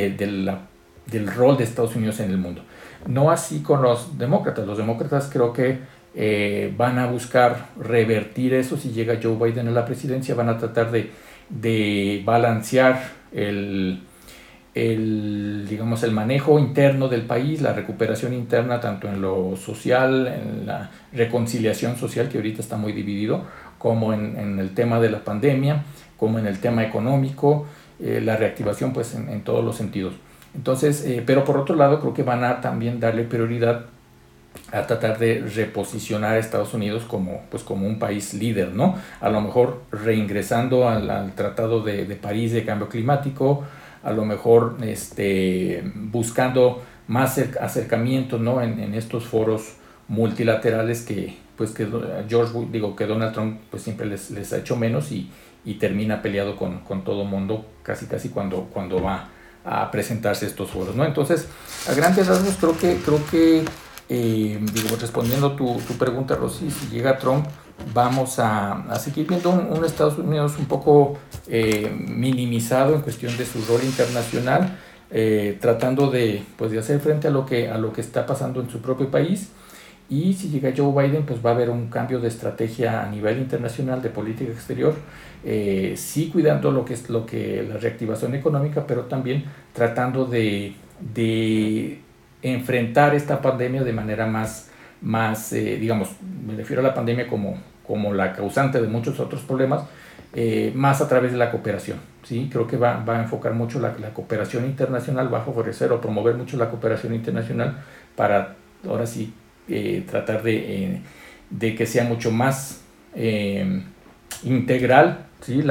del rol de Estados Unidos en el mundo. No así con los demócratas. Los demócratas creo que van a buscar revertir eso. Si llega Joe Biden a la presidencia, van a tratar de balancear el manejo interno del país, la recuperación interna, tanto en lo social, en la reconciliación social, que ahorita está muy dividido, como en el tema de la pandemia, como en el tema económico, la reactivación pues en todos los sentidos. Entonces, pero por otro lado, creo que van a también darle prioridad a tratar de reposicionar a Estados Unidos como un país líder, ¿no? A lo mejor reingresando al Tratado de París de Cambio Climático, a lo mejor buscando más acercamientos, ¿no? en estos foros multilaterales que Donald Trump pues siempre les ha hecho menos y termina peleado con todo mundo casi cuando va a presentarse estos foros, ¿no? Entonces, a grandes rasgos creo que respondiendo tu pregunta, Rosy, si llega Trump, vamos a seguir viendo un Estados Unidos un poco minimizado en cuestión de su rol internacional, tratando de hacer frente a lo que está pasando en su propio país. Y si llega Joe Biden, pues va a haber un cambio de estrategia a nivel internacional de política exterior, sí cuidando lo que la reactivación económica, pero también tratando de enfrentar esta pandemia de manera más me refiero a la pandemia como la causante de muchos otros problemas, más a través de la cooperación, ¿sí? Creo que va a enfocar mucho la cooperación internacional, va a favorecer o promover mucho la cooperación internacional para, ahora sí, tratar de que sea mucho más integral, ¿sí?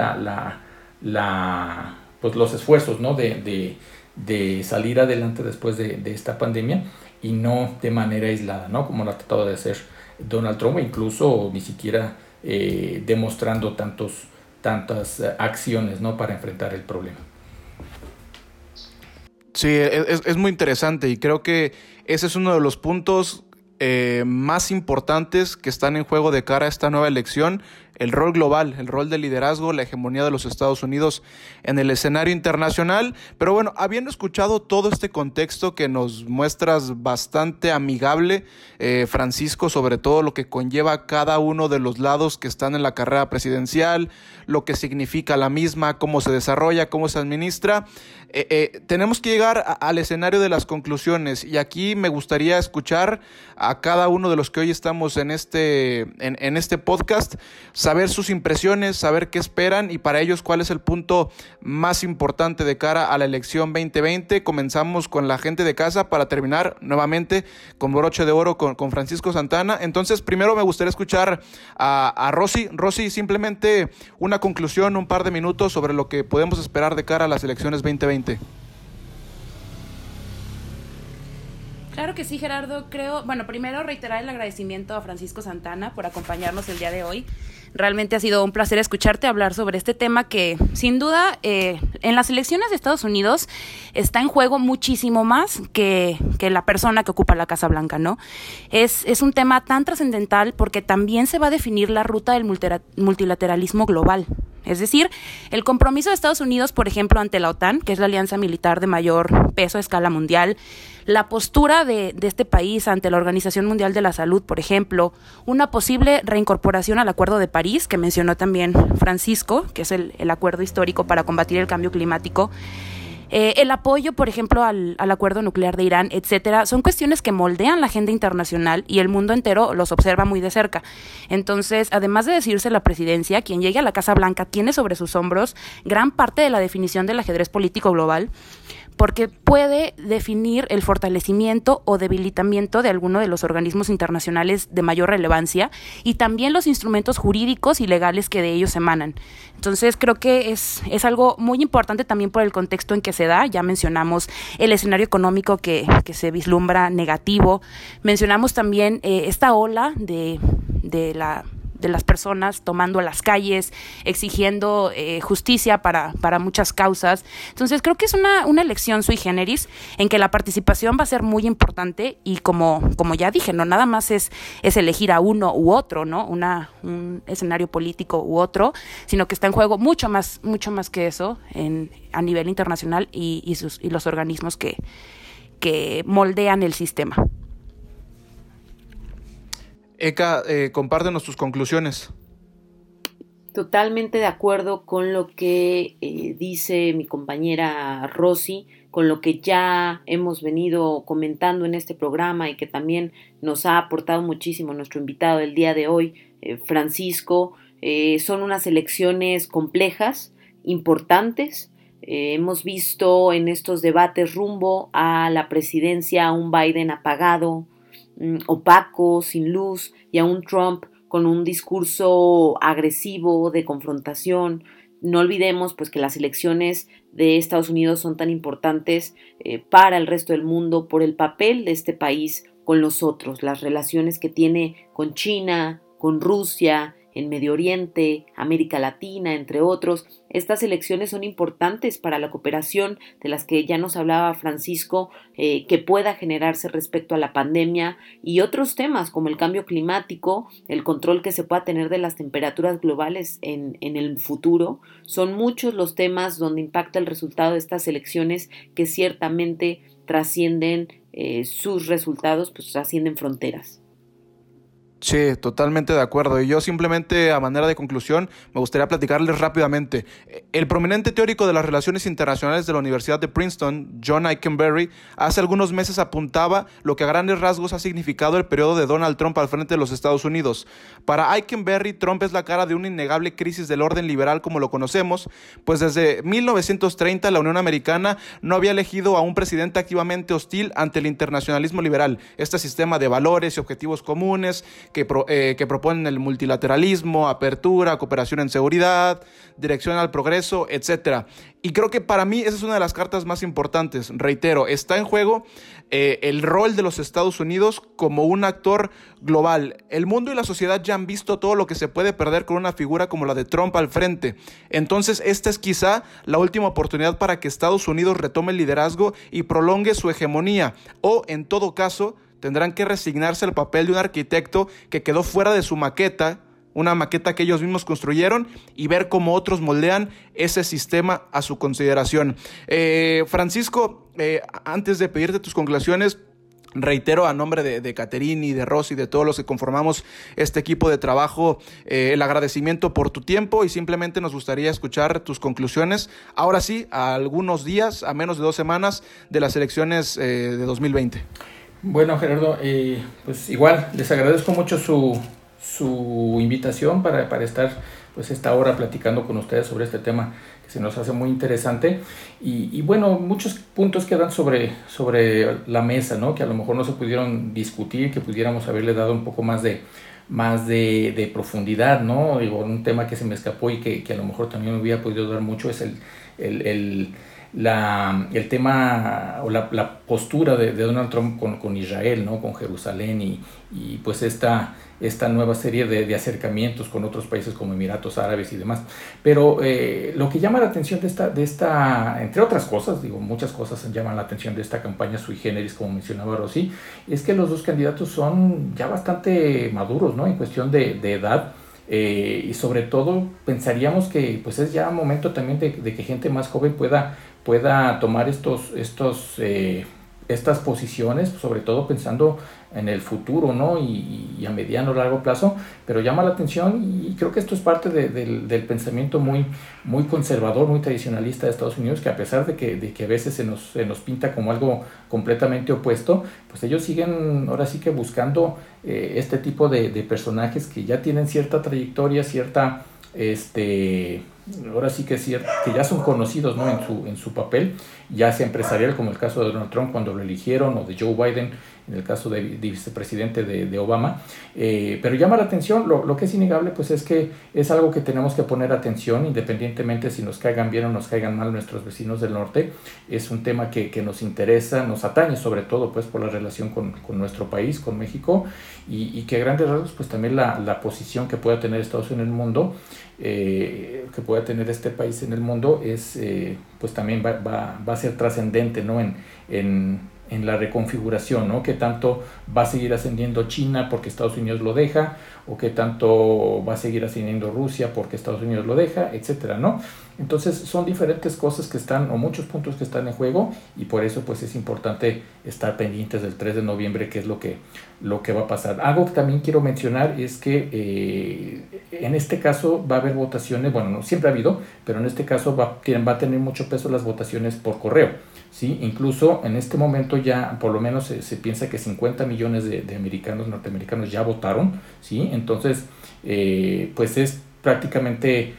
Los esfuerzos, ¿no? de salir adelante después de esta pandemia y no de manera aislada, ¿no? Como lo ha tratado de hacer Donald Trump, e incluso ni siquiera demostrando tantas acciones, ¿no? Para enfrentar el problema. Sí, es muy interesante y creo que ese es uno de los puntos más importantes que están en juego de cara a esta nueva elección, el rol global, el rol de liderazgo, la hegemonía de los Estados Unidos en el escenario internacional. Pero bueno, habiendo escuchado todo este contexto que nos muestras bastante amigable, Francisco, sobre todo lo que conlleva cada uno de los lados que están en la carrera presidencial, lo que significa la misma, cómo se desarrolla, cómo se administra, tenemos que llegar al escenario de las conclusiones, y aquí me gustaría escuchar a cada uno de los que hoy estamos en este podcast, saber sus impresiones, saber qué esperan y para ellos cuál es el punto más importante de cara a la elección 2020. Comenzamos con la gente de casa para terminar nuevamente con broche de oro con Francisco Santana. Entonces, primero me gustaría escuchar a Rosy. Rosy, simplemente una conclusión, un par de minutos sobre lo que podemos esperar de cara a las elecciones 2020. Claro que sí, Gerardo. Primero reiterar el agradecimiento a Francisco Santana por acompañarnos el día de hoy. Realmente ha sido un placer escucharte hablar sobre este tema que, sin duda, en las elecciones de Estados Unidos está en juego muchísimo más que la persona que ocupa la Casa Blanca, ¿no? Es un tema tan trascendental porque también se va a definir la ruta del multilateralismo global. Es decir, el compromiso de Estados Unidos, por ejemplo, ante la OTAN, que es la alianza militar de mayor peso a escala mundial, la postura de este país ante la Organización Mundial de la Salud, por ejemplo, una posible reincorporación al Acuerdo de París, que mencionó también Francisco, que es el acuerdo histórico para combatir el cambio climático, el apoyo, por ejemplo, al acuerdo nuclear de Irán, etcétera, son cuestiones que moldean la agenda internacional y el mundo entero los observa muy de cerca. Entonces, además de decidirse la presidencia, quien llegue a la Casa Blanca tiene sobre sus hombros gran parte de la definición del ajedrez político global, porque puede definir el fortalecimiento o debilitamiento de alguno de los organismos internacionales de mayor relevancia y también los instrumentos jurídicos y legales que de ellos emanan. Entonces creo que es algo muy importante también por el contexto en que se da. Ya mencionamos el escenario económico que se vislumbra negativo. Mencionamos también esta ola de las personas tomando las calles, exigiendo justicia para muchas causas. Entonces creo que es una elección sui generis en que la participación va a ser muy importante y como ya dije, no nada más es elegir a uno u otro, ¿no? Un escenario político u otro, sino que está en juego mucho más que eso a nivel internacional y los organismos que moldean el sistema. Eka, compártenos tus conclusiones. Totalmente de acuerdo con lo que dice mi compañera Rosy, con lo que ya hemos venido comentando en este programa y que también nos ha aportado muchísimo nuestro invitado del día de hoy, Francisco. Son unas elecciones complejas, importantes. Hemos visto en estos debates rumbo a la presidencia a un Biden apagado, opaco, sin luz, y a un Trump con un discurso agresivo de confrontación. No olvidemos pues que las elecciones de Estados Unidos son tan importantes para el resto del mundo por el papel de este país con los otros, las relaciones que tiene con China, con Rusia, en Medio Oriente, América Latina, entre otros. Estas elecciones son importantes para la cooperación de las que ya nos hablaba Francisco, que pueda generarse respecto a la pandemia y otros temas como el cambio climático, el control que se pueda tener de las temperaturas globales en el futuro. Son muchos los temas donde impacta el resultado de estas elecciones que ciertamente trascienden sus resultados, pues trascienden fronteras. Sí, totalmente de acuerdo. Y yo simplemente, a manera de conclusión, me gustaría platicarles rápidamente. El prominente teórico de las relaciones internacionales de la Universidad de Princeton, John Ikenberry, hace algunos meses apuntaba lo que a grandes rasgos ha significado el periodo de Donald Trump al frente de los Estados Unidos. Para Ikenberry, Trump es la cara de una innegable crisis del orden liberal como lo conocemos, pues desde 1930 la Unión Americana no había elegido a un presidente activamente hostil ante el internacionalismo liberal, este sistema de valores y objetivos comunes que proponen el multilateralismo, apertura, cooperación en seguridad, dirección al progreso, etc. Y creo que para mí esa es una de las cartas más importantes. Reitero, está en juego el rol de los Estados Unidos como un actor global. El mundo y la sociedad ya han visto todo lo que se puede perder con una figura como la de Trump al frente. Entonces esta es quizá la última oportunidad para que Estados Unidos retome el liderazgo y prolongue su hegemonía, o en todo caso tendrán que resignarse al papel de un arquitecto que quedó fuera de su maqueta, una maqueta que ellos mismos construyeron, y ver cómo otros moldean ese sistema a su consideración. Francisco, antes de pedirte tus conclusiones, reitero a nombre de Caterini, de Rosy, de todos los que conformamos este equipo de trabajo, el agradecimiento por tu tiempo, y simplemente nos gustaría escuchar tus conclusiones, ahora sí, a algunos días, a menos de 2 semanas de las elecciones de 2020. Bueno, Gerardo, pues igual les agradezco mucho su invitación para estar pues esta hora platicando con ustedes sobre este tema que se nos hace muy interesante, y bueno, muchos puntos quedan sobre la mesa, ¿no? Que a lo mejor no se pudieron discutir, que pudiéramos haberle dado un poco más de profundidad, ¿no? Digo, un tema que se me escapó y que a lo mejor también me hubiera podido dar mucho es el tema o la postura de Donald Trump con Israel, ¿no? Con Jerusalén y pues esta nueva serie de acercamientos con otros países como Emiratos Árabes y demás. Pero lo que llama la atención de esta, entre otras cosas, digo, muchas cosas llaman la atención de esta campaña sui generis, como mencionaba Rosy, es que los dos candidatos son ya bastante maduros, ¿no? En cuestión de edad. Y sobre todo pensaríamos que pues es ya momento también de que gente más joven pueda tomar estas posiciones, sobre todo pensando en el futuro, ¿no? Y a mediano o largo plazo, pero llama la atención, y creo que esto es parte del pensamiento muy conservador, muy tradicionalista de Estados Unidos, que a pesar de que a veces se nos pinta como algo completamente opuesto, pues ellos siguen ahora sí que buscando este tipo de personajes que ya tienen cierta trayectoria, cierta ahora sí que ya son conocidos, ¿no? en su papel, ya sea empresarial, como el caso de Donald Trump cuando lo eligieron, o de Joe Biden en el caso de vicepresidente de Obama, pero llama la atención. Lo que es innegable pues es que es algo que tenemos que poner atención, independientemente si nos caigan bien o nos caigan mal nuestros vecinos del norte. Es un tema que nos interesa, nos atañe sobre todo pues por la relación con nuestro país, con México, y que a grandes rasgos pues también la posición que pueda tener Estados Unidos en el mundo, que pueda tener este país en el mundo, es pues también va a ser trascendente, ¿no? en la reconfiguración, ¿no? ¿Qué tanto va a seguir ascendiendo China porque Estados Unidos lo deja? ¿O qué tanto va a seguir ascendiendo Rusia porque Estados Unidos lo deja? Etcétera, ¿no? Entonces son diferentes cosas que están, o muchos puntos que están en juego, y por eso pues es importante estar pendientes del 3 de noviembre, que es lo que va a pasar. Algo que también quiero mencionar es que en este caso va a haber votaciones, bueno, no siempre ha habido, pero en este caso va a tener mucho peso las votaciones por correo, ¿sí? Incluso en este momento ya por lo menos se piensa que 50 millones de norteamericanos ya votaron, ¿sí? Entonces pues es prácticamente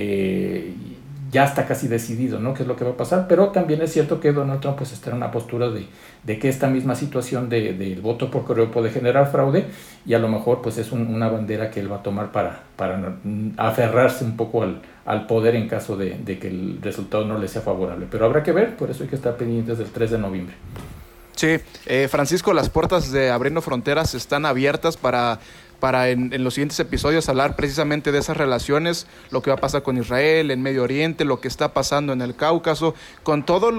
ya está casi decidido, ¿no?, qué es lo que va a pasar, pero también es cierto que Donald Trump pues está en una postura de que esta misma situación del voto por correo puede generar fraude, y a lo mejor pues es una bandera que él va a tomar para aferrarse un poco al poder en caso de que el resultado no le sea favorable, pero habrá que ver, por eso hay que estar pendientes del 3 de noviembre. Sí, Francisco, las puertas de Abriendo Fronteras están abiertas para en los siguientes episodios hablar precisamente de esas relaciones, lo que va a pasar con Israel, en Medio Oriente, lo que está pasando en el Cáucaso, con todos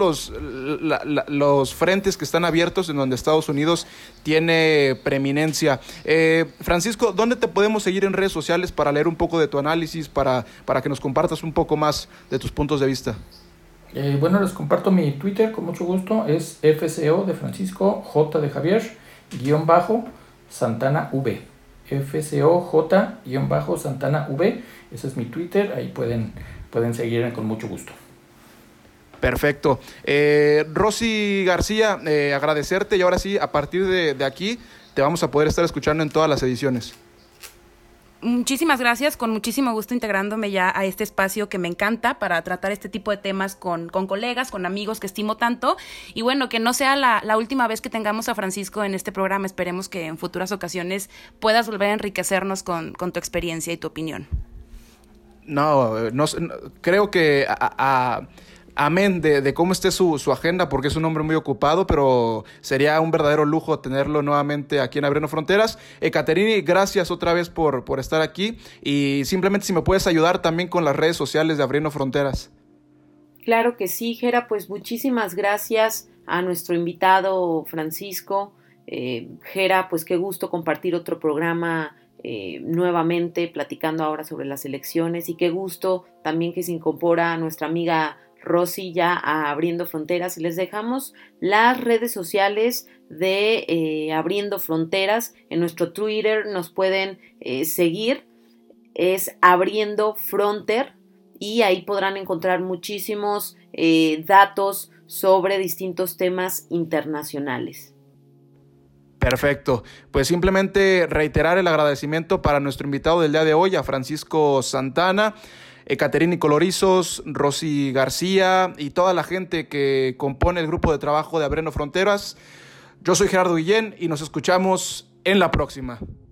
los frentes que están abiertos en donde Estados Unidos tiene preeminencia. Francisco, ¿dónde te podemos seguir en redes sociales para leer un poco de tu análisis, para que nos compartas un poco más de tus puntos de vista? Bueno, les comparto mi Twitter con mucho gusto, es FCO de Francisco, J de Javier, _ Santana V. FCOJ-Santana V, ese es mi Twitter, ahí pueden seguirme con mucho gusto. Perfecto. Rosy García, agradecerte, y ahora sí, a partir de aquí te vamos a poder estar escuchando en todas las ediciones. Muchísimas gracias, con muchísimo gusto integrándome ya a este espacio que me encanta para tratar este tipo de temas con colegas, con amigos que estimo tanto, y bueno, que no sea la última vez que tengamos a Francisco en este programa. Esperemos que en futuras ocasiones puedas volver a enriquecernos con tu experiencia y tu opinión. No, creo que amén de cómo esté su agenda, porque es un hombre muy ocupado, pero sería un verdadero lujo tenerlo nuevamente aquí en Abriendo Fronteras. Caterini, gracias otra vez por estar aquí, y simplemente si me puedes ayudar también con las redes sociales de Abriendo Fronteras. Claro que sí, Gera, pues muchísimas gracias a nuestro invitado Francisco. Gera, pues qué gusto compartir otro programa nuevamente, platicando ahora sobre las elecciones, y qué gusto también que se incorpora nuestra amiga Rosy ya a Abriendo Fronteras, y les dejamos las redes sociales de Abriendo Fronteras. En nuestro Twitter nos pueden seguir, es Abriendo Fronter, y ahí podrán encontrar muchísimos datos sobre distintos temas internacionales. Perfecto, pues simplemente reiterar el agradecimiento para nuestro invitado del día de hoy, a Francisco Santana, Caterini Colorizos, Rosy García y toda la gente que compone el grupo de trabajo de Abriendo Fronteras. Yo soy Gerardo Guillén y nos escuchamos en la próxima.